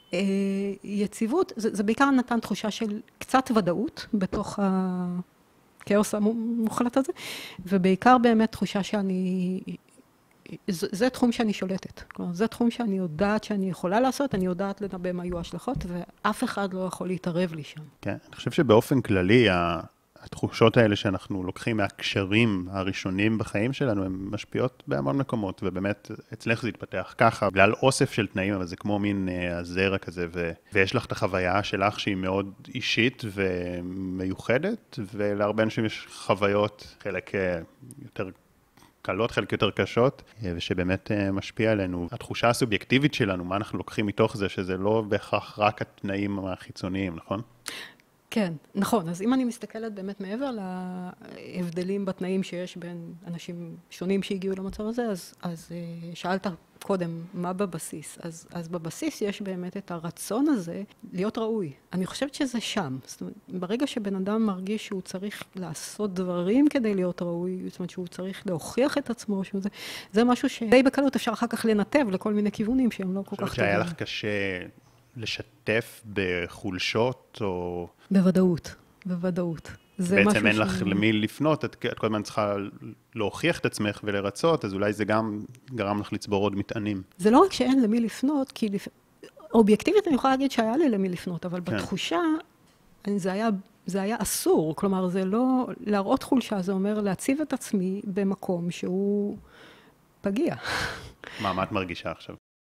יציבות, זה, זה בעיקר נתן תחושה של קצת ודאות בתוך הכאוס המוחלט הזה, ובעיקר באמת תחושה שאני... זה, זה תחום שאני שולטת. כלומר, זה תחום שאני יודעת שאני יכולה לעשות, אני יודעת לנבא מה יהיו ההשלכות, ואף אחד לא יכול להתערב לי שם. כן, אני חושב שבאופן כללי, התחושות האלה שאנחנו לוקחים מהקשרים הראשונים בחיים שלנו, הן משפיעות בהמון מקומות, ובאמת אצלך זה התפתח ככה, בגלל אוסף של תנאים, אבל זה כמו מין הזרע כזה, ו... ויש לך את החוויה שלך שהיא מאוד אישית ומיוחדת, ולהרבה אנשים יש חוויות, חלק יותר קלות, חלק יותר קשות, ושבאמת משפיע עלינו. התחושה הסובייקטיבית שלנו, מה אנחנו לוקחים מתוך זה, שזה לא בהכרח רק התנאים החיצוניים, נכון? כן, נכון. אז אם אני מסתכלת באמת מעבר להבדלים בתנאים שיש בין אנשים שונים שהגיעו למצב הזה, אז, אז שאלת קודם, מה בבסיס? אז, אז בבסיס יש באמת את הרצון הזה להיות ראוי. אני חושבת שזה שם. זאת אומרת, ברגע שבן אדם מרגיש שהוא צריך לעשות דברים כדי להיות ראוי, זאת אומרת שהוא צריך להוכיח את עצמו, שזה, זה משהו שדי בקלות אפשר אחר כך לנתב לכל מיני כיוונים שהם לא כל כך טובים. אני חושבת שהיה לך קשה לשתף בחולשות או... בוודאות, בוודאות. בעצם אין לך למי לפנות, את כל הזמן צריכה להוכיח את עצמך ולרצות, אז אולי זה גם גרם לך לצבור עוד מטענים. זה לא רק שאין למי לפנות, כי אובייקטיבית אני יכולה להגיד שהיה לי למי לפנות, אבל בתחושה זה היה, זה היה אסור, כלומר זה לא, להראות חולשה, זה אומר להציב את עצמי במקום שהוא פגיע. מה, מה את מרגישה עכשיו?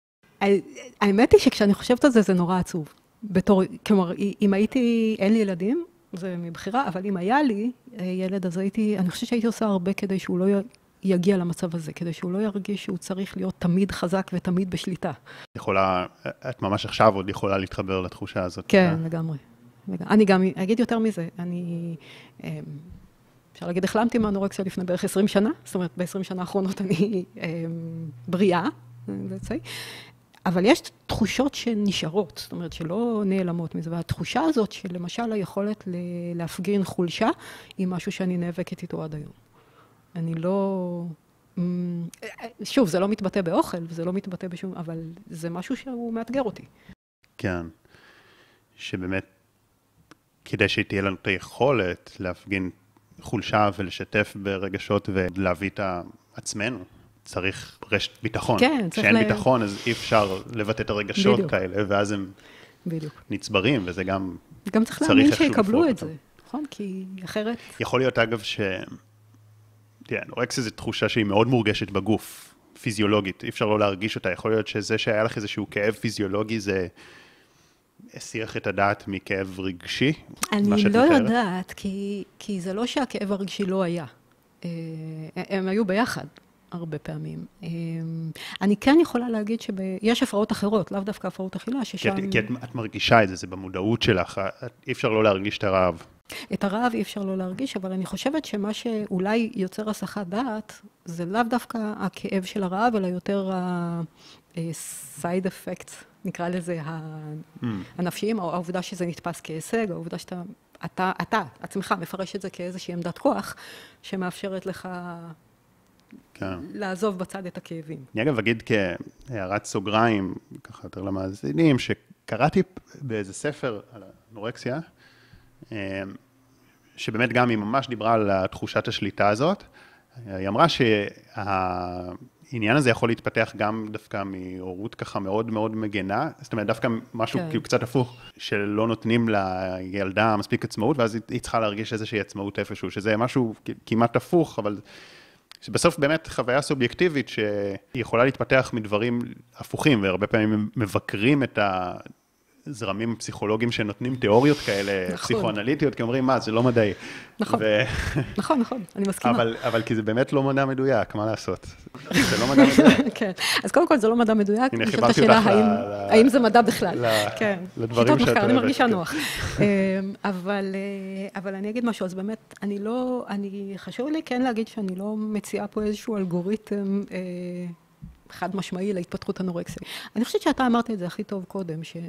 האמת היא שכשאני חושבת על זה, זה נורא עצוב. בתור, כלומר, אם הייתי, אין לי ילדים, זה מבחירה, אבל אם היה לי ילד, אז הייתי, אני חושבת שהייתי עושה הרבה כדי שהוא לא יגיע למצב הזה, כדי שהוא לא ירגיש שהוא צריך להיות תמיד חזק ותמיד בשליטה. יכולה, את ממש עכשיו עוד יכולה להתחבר לתחושה הזאת. כן, לגמרי. אני גם אגיד יותר מזה, אני, אפשר להגיד, החלמתי מהאנורקסיה לפני בערך עשרים שנה, זאת אומרת, ב-עשרים שנה האחרונות אני בריאה, בעצם. אבל יש תחושות שנשארות, זאת אומרת, שלא נעלמות מזה, והתחושה הזאת של למשל היכולת להפגין חולשה, היא משהו שאני נאבקת איתו עד היום. אני לא... שוב, זה לא מתבטא באוכל, וזה לא מתבטא בשום... אבל זה משהו שהוא מאתגר אותי. כן. שבאמת, כדי שתהיה לנו את היכולת להפגין חולשה ולשתף ברגשות ולהביא את עצמנו, צריך רשת ביטחון. כן, צריך... כשאין ביטחון, אז אי אפשר לבטא את הרגשות בדיוק. כאלה, ואז הם בדיוק. נצברים, וזה גם... גם צריך להאמין שיקבלו את זה, נכון? כי אחרת... יכול להיות, אגב, ש... תראה, אנורקסיה זו תחושה שהיא מאוד מורגשת בגוף, פיזיולוגית, אי אפשר לא להרגיש אותה. יכול להיות שזה שהיה לך איזשהו כאב פיזיולוגי, זה הסיח את הדעת מכאב רגשי? אני לא יודעת, כי, כי זה לא שהכאב הרגשי לא היה. הם היו ביחד. הרבה פעמים. אני כן יכולה להגיד שיש הפרעות אחרות, לאו דווקא הפרעות אכילה, ששם... כי את, את מרגישה את זה, זה במודעות שלך, אי אפשר לא להרגיש את הרעב. את הרעב אי אפשר לא להרגיש, אבל אני חושבת שמה שאולי יוצר הסחת דעת, זה לאו דווקא הכאב של הרעב, אלא יותר ה-side effects, נקרא לזה, הנפשיים, או העובדה שזה נתפס כהישג, העובדה שאתה, אתה, אתה, עצמך, מפרש את זה כאיזושהי עמדת כוח, שמאפשרת לך... כן. לעזוב בצד את הכאבים. אני אגב אגיד כהערת סוגריים, ככה יותר למאזינים, שקראתי באיזה ספר על אנורקסיה, שבאמת גם היא ממש דיברה על תחושת השליטה הזאת. היא אמרה שהעניין הזה יכול להתפתח גם דווקא מהורות ככה מאוד מאוד מגנה, זאת אומרת דווקא משהו כן. כאילו קצת הפוך, שלא נותנים לילדה מספיק עצמאות, ואז היא צריכה להרגיש איזושהי עצמאות איפשהו, שזה משהו כמעט הפוך, אבל שבסוף באמת חוויה סובייקטיבית שהיא יכולה להתפתח מדברים הפוכים, והרבה פעמים מבקרים את הזרמים פסיכולוגיים שנותנים תיאוריות כאלה, נכון. פסיכואנליטיות, כי אומרים, מה, זה לא מדעי. נכון, ו... נכון, נכון, אני מסכימה. אבל, אבל כי זה באמת לא מדע מדויק, מה לעשות? זה לא מדע מדויק. כן, אז קודם כל זה לא מדע מדויק. הנה, חיברתי אותך האם, ל... האם זה מדע בכלל. ל... כן. לדברים שאת אוהבת. אני מרגישה נוח. אבל, אבל אני אגיד משהו, אז באמת, אני לא, אני חשוב לי כן להגיד שאני לא מציעה פה איזשהו אלגוריתם חד משמעי להתפתחות אנורקסיה. אני חושבת שאתה אמרת את זה הכי טוב קודם, ש...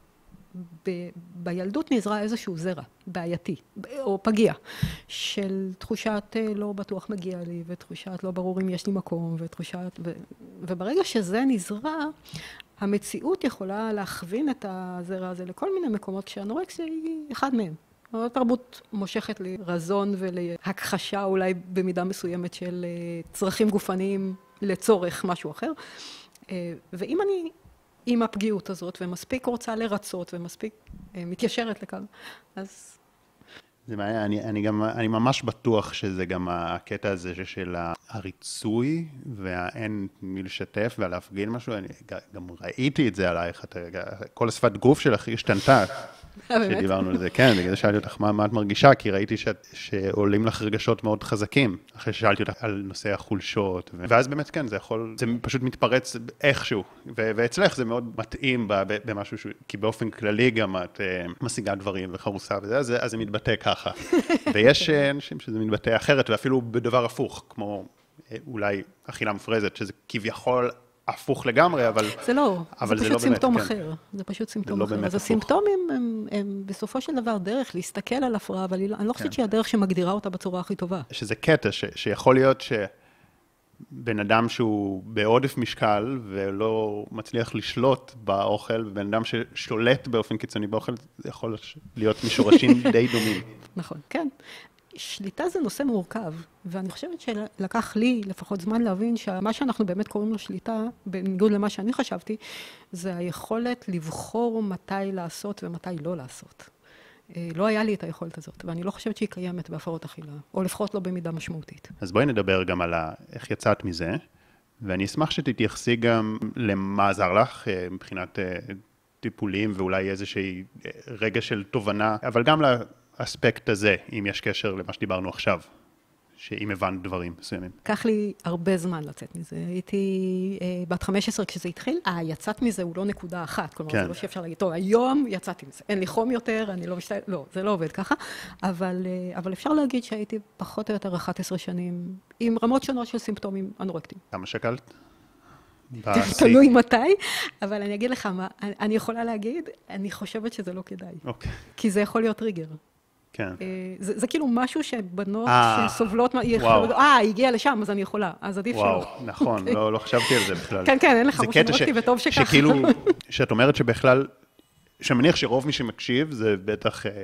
ב- בילדות נזרע איזשהו זרע, בעייתי, או פגיע, של תחושת לא בטוח מגיע לי, ותחושת לא ברור אם יש לי מקום, ותחושת... ו- וברגע שזה נזרע, המציאות יכולה להכווין את הזרע הזה לכל מיני מקומות, כשאנורקסיה היא אחד מהם. התרבות מושכת לרזון ולהכחשה אולי במידה מסוימת של צרכים גופניים לצורך משהו אחר. ואם אני... עם הפגיעות הזאת, ומספיק רוצה לרצות, ומספיק אה, מתיישרת לכאן, אז... זה מעניין, אני, אני גם, אני ממש בטוח שזה גם הקטע הזה של הריצוי, והאין מי לשתף ולהפגין משהו, אני גם ראיתי את זה עלייך, כל השפת גוף שלך השתנתה, שדיברנו על זה, כן, בגלל זה שאלתי אותך מה, מה את מרגישה, כי ראיתי שאת, שעולים לך רגשות מאוד חזקים, אחרי ששאלתי אותך על נושא החולשות, ואז באמת כן, זה יכול, זה פשוט מתפרץ איכשהו, ו- ואצלך זה מאוד מתאים במשהו, כי באופן כללי גם את משיגה דברים וחרוסה וזה, אז, אז זה מתבטא ככה. ויש אנשים שזה מתבטא אחרת, ואפילו בדבר הפוך, כמו אולי אכילה מופרזת, שזה כביכול הפוך לגמרי, אבל... זה לא, אבל זה זה פשוט לא סימפטום באמת, אחר. כן. זה פשוט סימפטום לא אחר. אז הסימפטומים הם, הם בסופו של דבר דרך להסתכל על הפרעה, אבל אני לא חושבת כן. שהיא הדרך שמגדירה אותה בצורה הכי טובה. שזה קטע, ש, שיכול להיות שבן אדם שהוא בעודף משקל, ולא מצליח לשלוט באוכל, ובן אדם ששולט באופן קיצוני באוכל, זה יכול להיות משורשים די דומים. נכון, כן. שליטה זה נושא מורכב, ואני חושבת שלקח לי לפחות זמן להבין שמה שאנחנו באמת קוראים לו שליטה, בניגוד למה שאני חשבתי, זה היכולת לבחור מתי לעשות ומתי לא לעשות. לא היה לי את היכולת הזאת, ואני לא חושבת שהיא קיימת בהפרעות אכילה, או לפחות לא במידה משמעותית. אז בואי נדבר גם על איך יצאת מזה, ואני אשמח שתתייחסי גם למה עזר לך מבחינת טיפולים, ואולי איזושהי רגע של תובנה, אבל גם לאספקט הזה, אם יש קשר למה שדיברנו עכשיו, שאם הבנת דברים מסוימים. לקח לי הרבה זמן לצאת מזה. הייתי אה, בת חמש עשרה כשזה התחיל. אה, יצאת מזה הוא לא נקודה אחת. כלומר, כן. זה לא שאפשר להגיד, טוב, היום יצאתי מזה. אין לי חום יותר, אני לא משתעל... לא, זה לא עובד ככה. אבל, אה, אבל אפשר להגיד שהייתי פחות או יותר אחת עשרה שנים, עם רמות שונות של סימפטומים אנורקטיים. כמה שקלת? תלוי מתי, אבל אני אגיד לך מה, אני יכולה להגיד, אני חושבת שזה לא כדאי. אוקיי. כי זה יכול להיות טריגר. כן. זה, זה כאילו משהו שבנות אה, שסובלות, וואו. אה, היא הגיעה לשם, אז אני יכולה, אז עדיף שלא. וואו, נכון, לא, לא חשבתי על זה בכלל. כן, כן, אין לך משהו נורקטי וטוב שככה. שכאילו, שאת אומרת שבכלל, שמניח שרוב מי שמקשיב, זה בטח אה,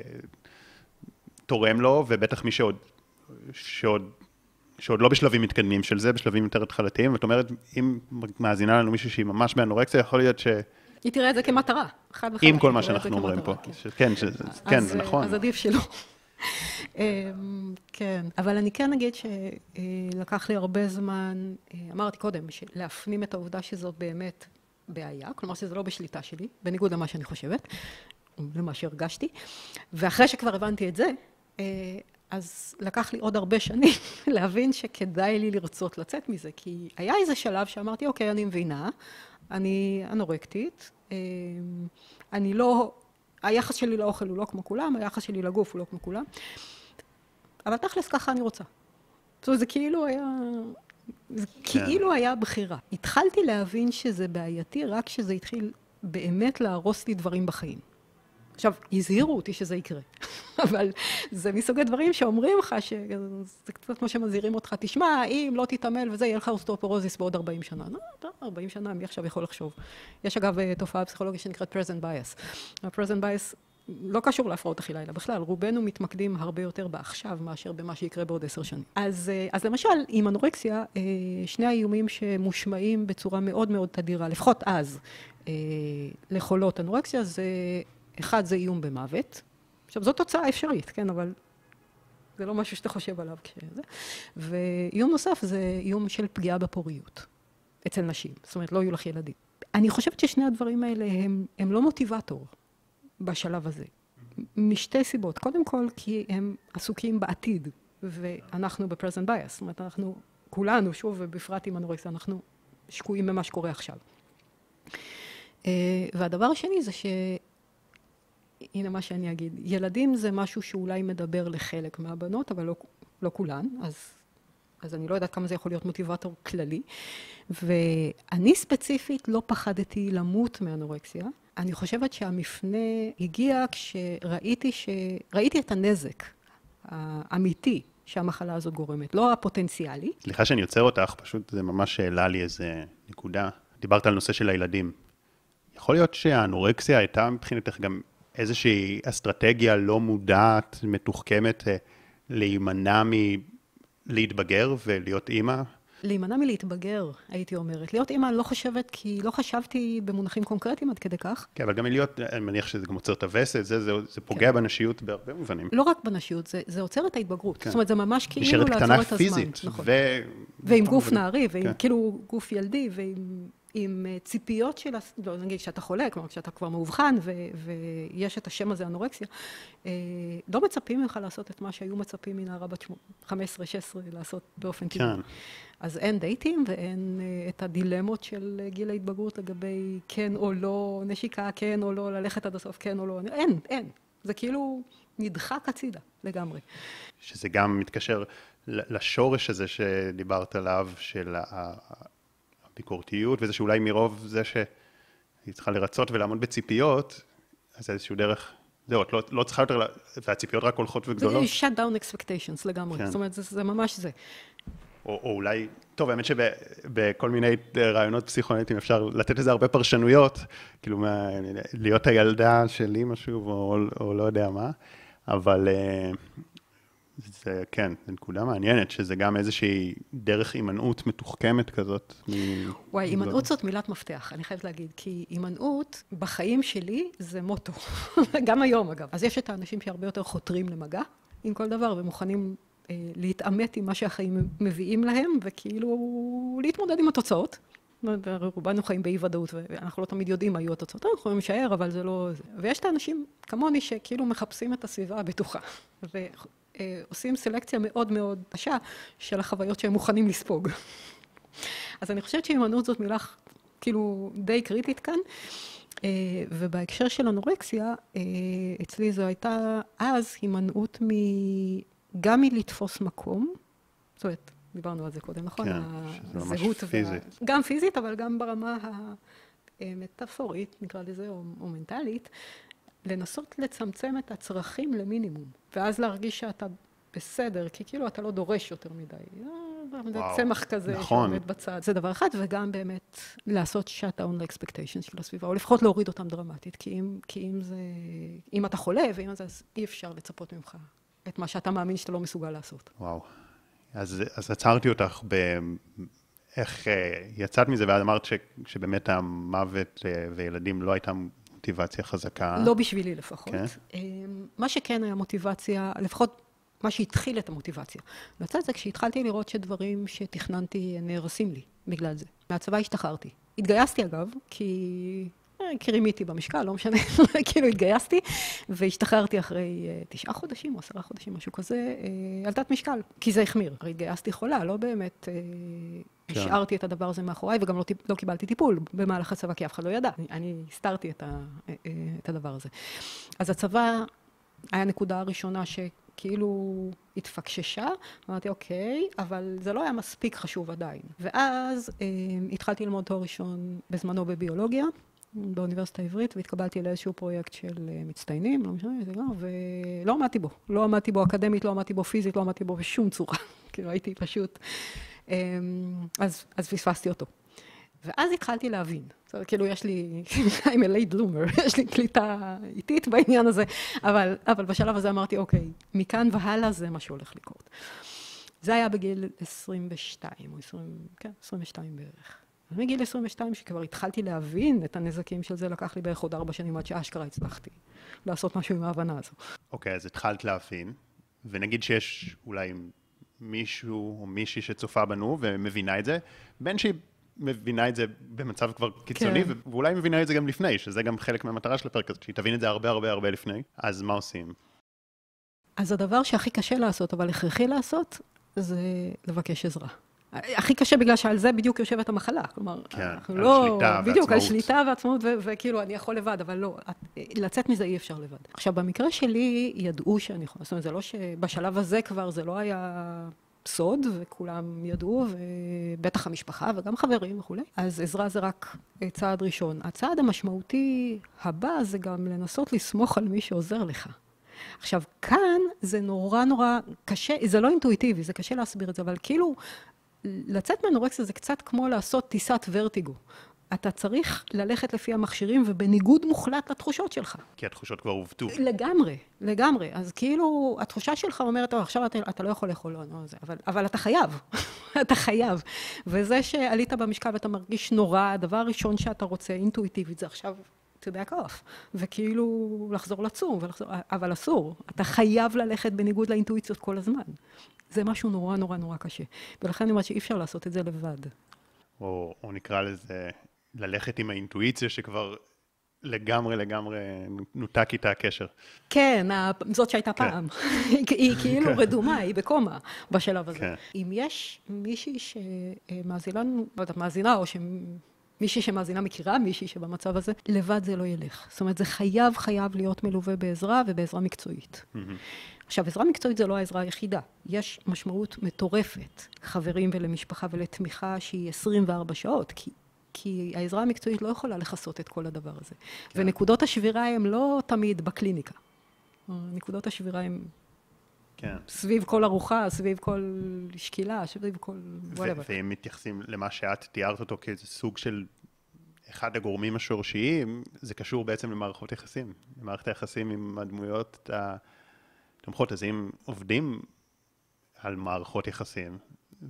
תורם לו, ובטח מי שעוד, שעוד, שעוד לא בשלבים מתקדמים של זה, בשלבים יותר התחלתיים, ואת אומרת, אם מאזינה לנו מישהו שהיא ממש באנורקסיה, יכול להיות ש... היא תראה את זה כמטרה, חד וחד. עם כל מה שאנחנו אומרים פה. כן, כן, זה נכון. אז עדיף שלא. כן, אבל אני כן אגיד שלקח לי הרבה זמן, אמרתי קודם, להפנים את העובדה שזאת באמת בעיה, כלומר שזה לא בשליטה שלי, בניגוד למה שאני חושבת, למה שהרגשתי, ואחרי שכבר הבנתי את זה, אז לקח לי עוד הרבה שנים להבין שכדאי לי לרצות לצאת מזה, כי היה איזה שלב שאמרתי, אוקיי, אני מבינה, אני אנורקטית, אני לא, היחס שלי לאוכל הוא לא כמו כולם, היחס שלי לגוף הוא לא כמו כולם, אבל תכלס ככה אני רוצה. זאת אומרת, זה כאילו היה, זה כאילו היה בחירה. התחלתי להבין שזה בעייתי רק כשזה התחיל באמת להרוס לי דברים בחיים. עכשיו, הזהירו אותי שזה יקרה, אבל זה מסוג הדברים שאומרים לך, שזה קצת כמו שמזהירים אותך, תשמע, אם לא תתעמל וזה, יהיה לך אוסטאופורוזיס בעוד ארבעים שנה. לא, ארבעים שנה, מי עכשיו יכול לחשוב? יש אגב תופעה פסיכולוגית שנקראת present bias. ה-present bias לא קשור להפרעות אכילה, אלא בכלל, רובנו מתמקדים הרבה יותר בעכשיו, מאשר במה שיקרה בעוד עשר שנים. אז, אז למשל, עם אנורקסיה, שני האיומים שמושמעים בצורה מאוד מאוד תדירה, לפחות אז, לחולות אנורקסיה, זה, אחד זה איום במוות. עכשיו, זו תוצאה אפשרית, כן, אבל זה לא משהו שאתה חושב עליו כשזה. ואיום נוסף זה איום של פגיעה בפוריות, אצל נשים. זאת אומרת, לא יהיו לך ילדים. אני חושבת ששני הדברים האלה הם, הם לא מוטיבטור בשלב הזה. משתי סיבות. קודם כל, כי הם עסוקים בעתיד, ואנחנו ב-present bias. זאת אומרת, אנחנו, כולנו, שוב, ובפרט עם אנורקסיה, אנחנו שקועים במה שקורה עכשיו. והדבר השני זה ש... הנה מה שאני אגיד. ילדים זה משהו שאולי מדבר לחלק מהבנות, אבל לא, לא כולן. אז, אז אני לא יודעת כמה זה יכול להיות מוטיבטור כללי. ואני ספציפית לא פחדתי למות מאנורקסיה. אני חושבת שהמפנה הגיע כשראיתי ש... ראיתי את הנזק האמיתי שהמחלה הזאת גורמת, לא הפוטנציאלי. סליחה שאני יוצר אותך, פשוט זה ממש העלה לי איזה נקודה. דיברת על נושא של הילדים. יכול להיות שהאנורקסיה הייתה מבחינתך גם איזושהי אסטרטגיה לא מודעת, מתוחכמת, להימנע מלהתבגר ולהיות אימא? להימנע מלהתבגר, הייתי אומרת. להיות אימא לא חושבת, כי לא חשבתי במונחים קונקרטיים עד כדי כך. כן, אבל גם להיות, אני מניח שזה גם עוצר את הווסת, זה, זה, זה פוגע כן. בנשיות בהרבה מובנים. לא רק בנשיות, זה, זה עוצר את ההתבגרות. כן. זאת אומרת, זה ממש כאילו לעצור קטנה את פיזית, הזמן. נכון. ו... ועם גוף נערי, ועם כן. כאילו גוף ילדי, ועם... עם ציפיות של, לא, נגיד, כשאתה חולה, כלומר, כשאתה כבר מאובחן, ו, ויש את השם הזה, אנורקסיה, לא מצפים ממך לעשות את מה שהיו מצפים מנערה בת חמש עשרה שש עשרה לעשות באופן טבעי. כן. אז אין דייטים, ואין את הדילמות של גיל ההתבגרות לגבי כן או לא, נשיקה, כן או לא, ללכת עד הסוף, כן או לא. אין, אין. זה כאילו נדחק הצידה לגמרי. שזה גם מתקשר לשורש הזה שדיברת עליו, של ה... ביקורתיות, וזה שאולי מרוב זה שהיא צריכה לרצות ולעמוד בציפיות, אז איזשהו דרך, זהו, את לא, לא צריכה יותר, והציפיות רק הולכות וגדולות. זה shut down expectations לגמרי, כן. זאת אומרת, זה, זה ממש זה. או, או אולי, טוב, האמת שבכל מיני רעיונות פסיכואנליטיים אפשר לתת לזה הרבה פרשנויות, כאילו, מה, להיות הילדה שלי משהו, או, או לא יודע מה, אבל... זה, כן, זו נקודה מעניינת, שזה גם איזושהי דרך הימנעות מתוחכמת כזאת. וואי, הימנעות זאת מילת מפתח, אני חייבת להגיד, כי הימנעות בחיים שלי זה מוטו, גם היום אגב. אז יש את האנשים שהרבה יותר חותרים למגע עם כל דבר, ומוכנים אה, להתעמת עם מה שהחיים מביאים להם, וכאילו להתמודד עם התוצאות. רובנו חיים באי ודאות, ואנחנו לא תמיד יודעים מה יהיו התוצאות. אנחנו יכולים לשער, אבל זה לא... ויש את האנשים כמוני שכאילו מחפשים את הסביבה הבטוחה, ו... עושים סלקציה מאוד מאוד קשה של החוויות שהם מוכנים לספוג. אז אני חושבת שהימנעות זאת מילה כאילו די קריטית כאן, ובהקשר של אנורקסיה, אצלי זו הייתה אז הימנעות גם מלתפוס מקום, זאת אומרת, דיברנו על זה קודם, נכון? כן, שזה ממש פיזית. גם פיזית, אבל גם ברמה המטאפורית, נקרא לזה, או מנטלית, לנסות לצמצם את הצרכים למינימום, ואז להרגיש שאתה בסדר, כי כאילו אתה לא דורש יותר מדי. צמח כזה נכון. שעומד בצד. זה דבר אחד, וגם באמת לעשות shut down ל-expectations של הסביבה, או לפחות להוריד אותם דרמטית, כי אם, כי אם זה, אם אתה חולה, ואם זה, אז אי אפשר לצפות ממך את מה שאתה מאמין שאתה לא מסוגל לעשות. וואו. אז, אז עצרתי אותך ב... איך יצאת מזה, ואז אמרת ש, שבאמת המוות וילדים לא הייתה מוטיבציה חזקה. לא בשבילי לפחות. כן? מה שכן היה מוטיבציה, לפחות מה שהתחיל את המוטיבציה. לצד זה כשהתחלתי לראות שדברים שתכננתי נהרסים לי בגלל זה. מהצבא השתחררתי. התגייסתי אגב, כי... כי רימיתי במשקל, לא משנה, כאילו התגייסתי, והשתחררתי אחרי תשעה חודשים או עשרה חודשים, משהו כזה, על תת משקל, כי זה החמיר. הרי התגייסתי חולה, לא באמת השארתי את הדבר הזה מאחוריי, וגם לא, לא קיבלתי טיפול במהלך הצבא, כי אף אחד לא ידע. אני, אני הסתרתי את, ה, את הדבר הזה. אז הצבא היה הנקודה הראשונה שכאילו התפקששה, אמרתי, אוקיי, אבל זה לא היה מספיק חשוב עדיין. ואז התחלתי ללמוד תואר ראשון בזמנו בביולוגיה, באוניברסיטה העברית, והתקבלתי לאיזשהו פרויקט של מצטיינים, לא משנה, ולא עמדתי בו. לא עמדתי בו אקדמית, לא עמדתי בו פיזית, לא עמדתי בו בשום צורה. כאילו הייתי פשוט... אז, אז פספסתי אותו. ואז התחלתי להבין כאילו, יש לי, I'm a late bloomer, יש לי קליטה איטית בעניין הזה, אבל, אבל בשלב הזה אמרתי, אוקיי, מכאן והלאה זה מה שהולך לקרות. זה היה בגיל עשרים ושתיים, או עשרים, כן, עשרים ושתיים בערך. מגיל עשרים ושתיים, שכבר התחלתי להבין את הנזקים של זה, לקח לי בערך עוד ארבע שנים עד שאשכרה הצלחתי לעשות משהו עם ההבנה הזו. אוקיי, אז התחלת להבין, ונגיד שיש אולי מישהו או מישהי שצופה בנו ומבינה את זה, בין שהיא מבינה את זה במצב כבר קיצוני, כן. ואולי מבינה את זה גם לפני, שזה גם חלק מהמטרה של הפרק הזה, שהיא תבין את זה הרבה הרבה הרבה לפני, אז מה עושים? אז הדבר שהכי קשה לעשות, אבל הכרחי לעשות, זה לבקש עזרה. הכי קשה בגלל שעל זה בדיוק יושבת המחלה, כלומר, כן, אנחנו על לא, שליטה ועצמאות. בדיוק, על שליטה ועצמאות, ו- וכאילו, אני יכול לבד, אבל לא, לצאת מזה אי אפשר לבד. עכשיו, במקרה שלי, ידעו שאני יכולה, זאת אומרת, זה לא שבשלב הזה כבר זה לא היה סוד, וכולם ידעו, ובטח המשפחה וגם חברים וכו'. אז עזרה זה רק צעד ראשון. הצעד המשמעותי הבא זה גם לנסות לסמוך על מי שעוזר לך. עכשיו, כאן זה נורא נורא קשה, זה לא אינטואיטיבי, זה קשה להסביר את זה, אבל כאילו, לצאת מאנורקסיה זה קצת כמו לעשות טיסת ורטיגו. אתה צריך ללכת לפי המכשירים ובניגוד מוחלט לתחושות שלך. כי התחושות כבר עובדו. לגמרי, לגמרי. אז כאילו, התחושה שלך אומרת, טוב, עכשיו אתה, אתה לא יכול לאכול, לא, לא, זה, אבל, אבל אתה חייב. אתה חייב. וזה שעלית במשקל ואתה מרגיש נורא, הדבר הראשון שאתה רוצה, אינטואיטיבית, זה עכשיו to back off. וכאילו, לחזור לצום, ולחזור, אבל אסור. אתה חייב ללכת בניגוד לאינטואיציות כל הזמן. זה משהו נורא נורא נורא קשה. ולכן אני אומרת שאי אפשר לעשות את זה לבד. או, או נקרא לזה, ללכת עם האינטואיציה שכבר לגמרי לגמרי נותק איתה הקשר. כן, זאת שהייתה פעם. היא כאילו רדומה, היא בקומה בשלב הזה. אם יש מישהי שמאזינה, לא יודעת, מאזינה, או שמישהי שמאזינה מכירה, מישהי שבמצב הזה, לבד זה לא ילך. זאת אומרת, זה חייב, חייב להיות מלווה בעזרה ובעזרה מקצועית. עכשיו, עזרה מקצועית זה לא העזרה היחידה. יש משמעות מטורפת, חברים ולמשפחה ולתמיכה שהיא עשרים וארבע שעות, כי, כי העזרה המקצועית לא יכולה לחסות את כל הדבר הזה. כן. ונקודות השבירה הן לא תמיד בקליניקה. נקודות השבירה הן כן. סביב כל ארוחה, סביב כל שקילה, סביב כל... והם מתייחסים למה שאת תיארת אותו כאיזה סוג של אחד הגורמים השורשיים, זה קשור בעצם למערכות יחסים. למערכת היחסים עם הדמויות ה... תומכות, אז אם עובדים על מערכות יחסים,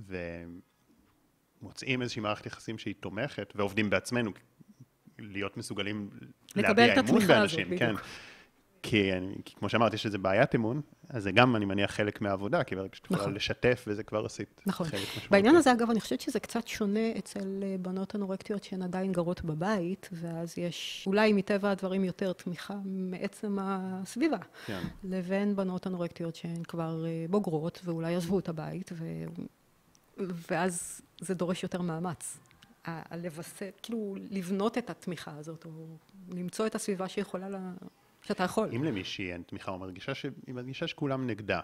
ומוצאים איזושהי מערכת יחסים שהיא תומכת, ועובדים בעצמנו, להיות מסוגלים להביע אמון באנשים, כן. כי, כי כמו שאמרת, יש איזו בעיית אמון, אז זה גם, אני מניח, חלק מהעבודה, כי ברגע שאתה יכולה לשתף, וזה כבר עשית נכון. חלק משמעותי. בעניין הזה, אגב, אני חושבת שזה קצת שונה אצל בנות אנורקטיות שהן עדיין גרות בבית, ואז יש אולי מטבע הדברים יותר תמיכה מעצם הסביבה, כן. לבין בנות אנורקטיות שהן כבר בוגרות, ואולי עזבו את הבית, ו... ואז זה דורש יותר מאמץ. לבסט, כאילו, לבנות את התמיכה הזאת, או למצוא את הסביבה שיכולה לה... שאתה יכול. אם למישהי אין תמיכה, הוא מרגישה ש... היא מרגישה שכולם נגדה.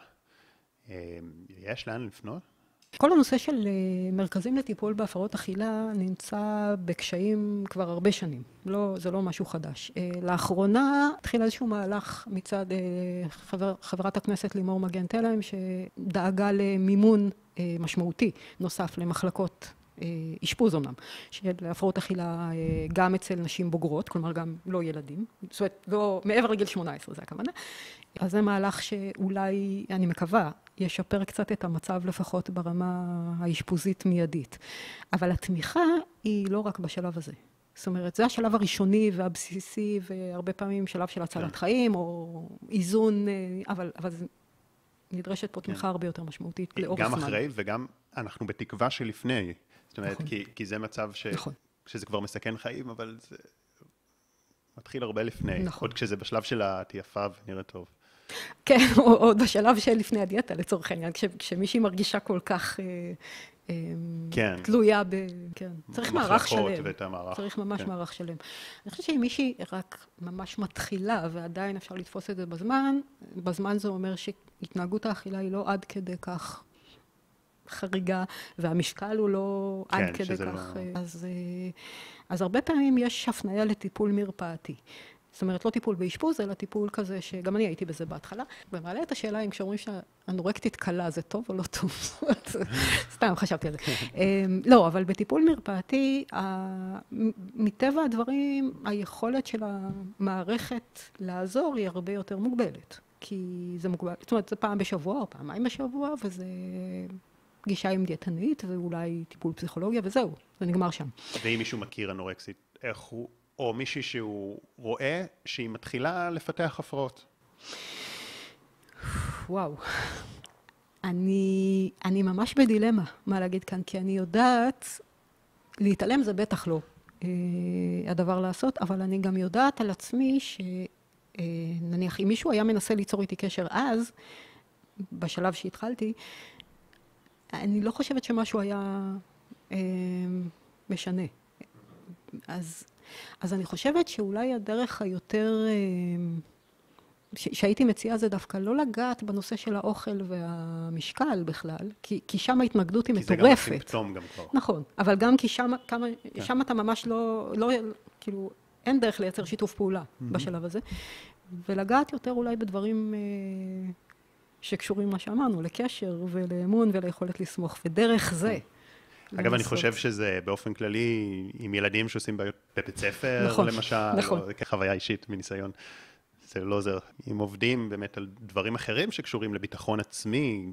יש לאן לפנות? כל הנושא של מרכזים לטיפול בהפרעות אכילה נמצא בקשיים כבר הרבה שנים. לא, זה לא משהו חדש. לאחרונה התחיל איזשהו מהלך מצד חבר, חברת הכנסת לימור מגן תלם, שדאגה למימון משמעותי נוסף למחלקות אשפוז אומנם, של הפרעות אכילה גם אצל נשים בוגרות, כלומר גם לא ילדים, זאת אומרת, לא, מעבר לגיל שמונה עשרה, זה הכוונה. אז זה מהלך שאולי, אני מקווה, ישפר קצת את המצב לפחות ברמה האשפוזית מיידית. אבל התמיכה היא לא רק בשלב הזה. זאת אומרת, זה השלב הראשוני והבסיסי, והרבה פעמים שלב של הצלת חיים, או איזון, אבל, אבל נדרשת פה תמיכה הרבה יותר משמעותית לאורך זמן. גם אחרי וגם אנחנו בתקווה שלפני. זאת אומרת, נכון. כי, כי זה מצב ש... נכון. שזה כבר מסכן חיים, אבל זה מתחיל הרבה לפני. נכון. עוד כשזה בשלב של התייפה ונראה טוב. כן, עוד בשלב של לפני הדיאטה, לצורך העניין, כש, כשמישהי מרגישה כל כך אה, כן. תלויה ב... כן. צריך מערך שלם. המערך. צריך ממש כן. מערך שלם. אני חושבת שאם מישהי רק ממש מתחילה, ועדיין אפשר לתפוס את זה בזמן, בזמן זה אומר שהתנהגות האכילה היא לא עד כדי כך חריגה, והמשקל הוא לא כן, עד כדי כך. לא... אז, אז הרבה פעמים יש הפניה לטיפול מרפאתי. זאת אומרת, לא טיפול באשפוז, אלא טיפול כזה, שגם אני הייתי בזה בהתחלה, ומעלה את השאלה אם כשאומרים שהאנורקטית קלה זה טוב או לא טוב. סתם, חשבתי על זה. לא, אבל בטיפול מרפאתי, מטבע הדברים, היכולת של המערכת לעזור היא הרבה יותר מוגבלת. כי זה מוגבל, זאת אומרת, זה פעם בשבוע או פעמיים בשבוע, וזה פגישה עם דיאטנית, ואולי טיפול פסיכולוגיה, וזהו, זה נגמר שם. ואם מישהו מכיר אנורקסית, איך הוא... או מישהי שהוא רואה שהיא מתחילה לפתח הפרעות. וואו. אני, אני ממש בדילמה, מה להגיד כאן, כי אני יודעת, להתעלם זה בטח לא אה, הדבר לעשות, אבל אני גם יודעת על עצמי שנניח, אם מישהו היה מנסה ליצור איתי קשר אז, בשלב שהתחלתי, אני לא חושבת שמשהו היה אה, משנה. אז... אז אני חושבת שאולי הדרך היותר, שהייתי מציעה זה דווקא לא לגעת בנושא של האוכל והמשקל בכלל, כי, כי שם ההתנגדות היא מטורפת. כי זה גם סימפטום גם כבר. נכון, אבל גם כי שם, כמה, כן. שם אתה ממש לא, לא, כאילו, אין דרך לייצר שיתוף פעולה mm-hmm. בשלב הזה, ולגעת יותר אולי בדברים אה, שקשורים מה שאמרנו, לקשר ולאמון וליכולת לסמוך, ודרך זה. אגב, אני חושב שזה באופן כללי, עם ילדים שעושים בבית ספר, נכון, למשל, נכון. או כחוויה אישית מניסיון, זה לא עוזר. אם עובדים באמת על דברים אחרים שקשורים לביטחון עצמי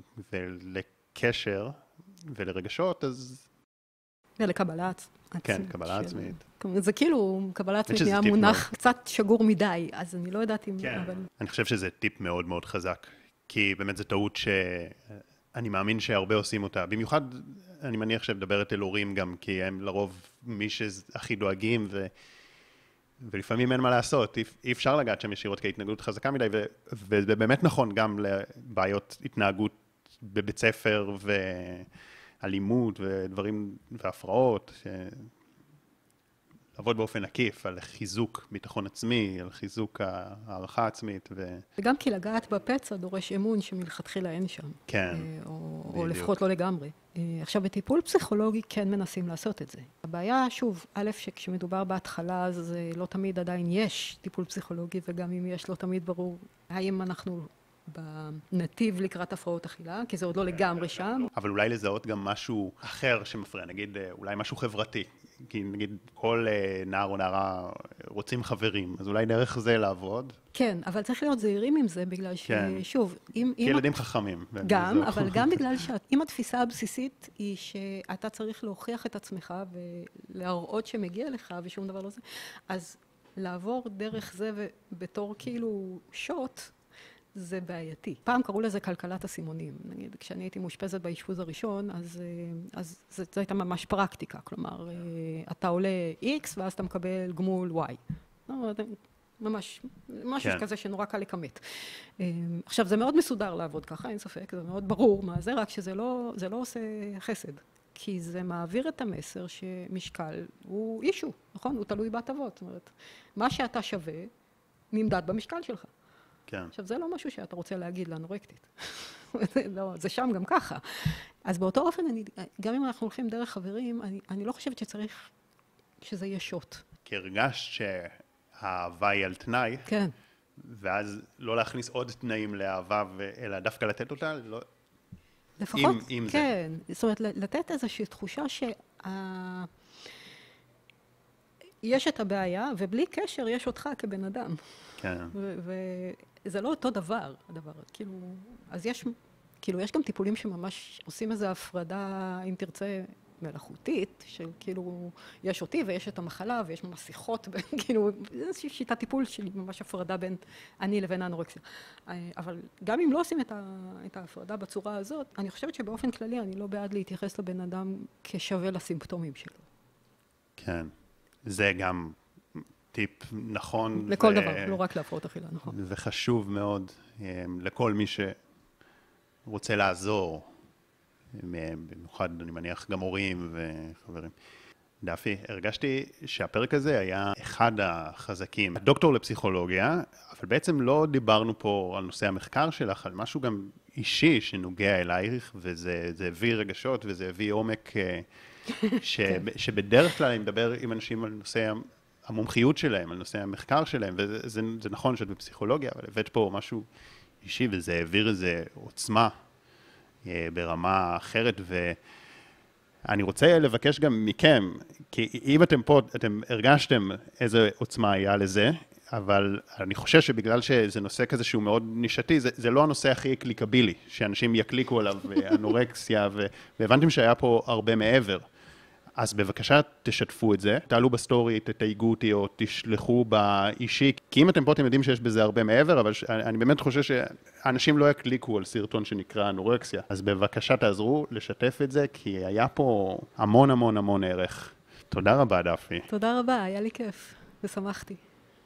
ולקשר ולרגשות, אז... ולקבלה עצמית. כן, קבלה עצמית. זה כאילו, קבלה עצמית נהיה מונח קצת שגור מדי, אז אני לא יודעת אם... כן, אני חושב שזה טיפ מאוד מאוד חזק, כי באמת זו טעות ש... אני מאמין שהרבה עושים אותה. במיוחד, אני מניח שמדברת אל הורים גם, כי הם לרוב מי שהכי דואגים, ו... ולפעמים אין מה לעשות. אי, אי אפשר לגעת שם ישירות כהתנגדות חזקה מדי, ו... וזה באמת נכון גם לבעיות התנהגות בבית ספר, ואלימות, ודברים, והפרעות. ש... לעבוד באופן עקיף על חיזוק ביטחון עצמי, על חיזוק הערכה עצמית. ו... וגם כי לגעת בפצע דורש אמון שמלכתחילה אין שם. כן. או, או לפחות לא לגמרי. עכשיו, בטיפול פסיכולוגי כן מנסים לעשות את זה. הבעיה, שוב, א', שכשמדובר בהתחלה, אז לא תמיד עדיין יש טיפול פסיכולוגי, וגם אם יש, לא תמיד ברור האם אנחנו בנתיב לקראת הפרעות אכילה, כי זה עוד לא לגמרי שם. אבל אולי לזהות גם משהו אחר שמפריע, נגיד אולי משהו חברתי. כי נגיד כל נער או נערה רוצים חברים, אז אולי דרך זה לעבוד. כן, אבל צריך להיות זהירים עם זה, בגלל ששוב, אם... כי ילדים חכמים. גם, אבל גם בגלל שאם התפיסה הבסיסית היא שאתה צריך להוכיח את עצמך ולהראות שמגיע לך ושום דבר לא זה, אז לעבור דרך זה ובתור כאילו שוט, זה בעייתי. פעם קראו לזה כלכלת הסימונים. נגיד, כשאני הייתי מאושפזת באשפוז הראשון, אז, אז זו הייתה ממש פרקטיקה. כלומר, אתה עולה X ואז אתה מקבל גמול Y. ממש, משהו כן. כזה שנורא קל לכמת. עכשיו, זה מאוד מסודר לעבוד ככה, אין ספק, זה מאוד ברור מה זה, רק שזה לא, זה לא עושה חסד. כי זה מעביר את המסר שמשקל הוא אישו, נכון? הוא תלוי בהטבות. זאת אומרת, מה שאתה שווה נמדד במשקל שלך. כן. עכשיו, זה לא משהו שאתה רוצה להגיד לאנורקטית. לא, זה שם גם ככה. אז באותו אופן, אני, גם אם אנחנו הולכים דרך חברים, אני, אני לא חושבת שצריך שזה יהיה שוט. כי הרגשת שהאהבה היא על תנאי, כן. ואז לא להכניס עוד תנאים לאהבה, אלא דווקא לתת אותה, לא... לפחות, עם, עם כן. זה. זאת אומרת, לתת איזושהי תחושה שה... יש את הבעיה, ובלי קשר יש אותך כבן אדם. כן. וזה לא אותו דבר, הדבר. כאילו, אז יש, כאילו, יש גם טיפולים שממש עושים איזו הפרדה, אם תרצה, מלאכותית, של כאילו, יש אותי ויש את המחלה, ויש ממש שיחות, כאילו, איזושהי שיטת טיפול של ממש הפרדה בין אני לבין האנורקסיה. אבל גם אם לא עושים את, ה, את ההפרדה בצורה הזאת, אני חושבת שבאופן כללי אני לא בעד להתייחס לבן אדם כשווה לסימפטומים שלו. כן. זה גם טיפ נכון. לכל ו... דבר, לא רק להפרעות אכילה, נכון. וחשוב מאוד לכל מי שרוצה לעזור, במיוחד, אני מניח, גם הורים וחברים. דפי, הרגשתי שהפרק הזה היה אחד החזקים. דוקטור לפסיכולוגיה, אבל בעצם לא דיברנו פה על נושא המחקר שלך, על משהו גם אישי שנוגע אלייך, וזה הביא רגשות וזה הביא עומק... ש, שבדרך כלל אני מדבר עם אנשים על נושא המומחיות שלהם, על נושא המחקר שלהם, וזה זה, זה נכון שאת בפסיכולוגיה, אבל הבאת פה משהו אישי, וזה העביר איזה עוצמה ברמה אחרת, ואני רוצה לבקש גם מכם, כי אם אתם פה, אתם הרגשתם איזה עוצמה היה לזה, אבל אני חושב שבגלל שזה נושא כזה שהוא מאוד נישתי, זה, זה לא הנושא הכי קליקבילי, שאנשים יקליקו עליו, אנורקסיה, ו, והבנתם שהיה פה הרבה מעבר. אז בבקשה תשתפו את זה, תעלו בסטורי, תתייגו אותי או תשלחו באישי, כי אם אתם פה אתם יודעים שיש בזה הרבה מעבר, אבל אני באמת חושב שאנשים לא יקליקו על סרטון שנקרא אנורקסיה. אז בבקשה תעזרו לשתף את זה, כי היה פה המון המון המון ערך. תודה רבה דפי. תודה רבה, היה לי כיף ושמחתי.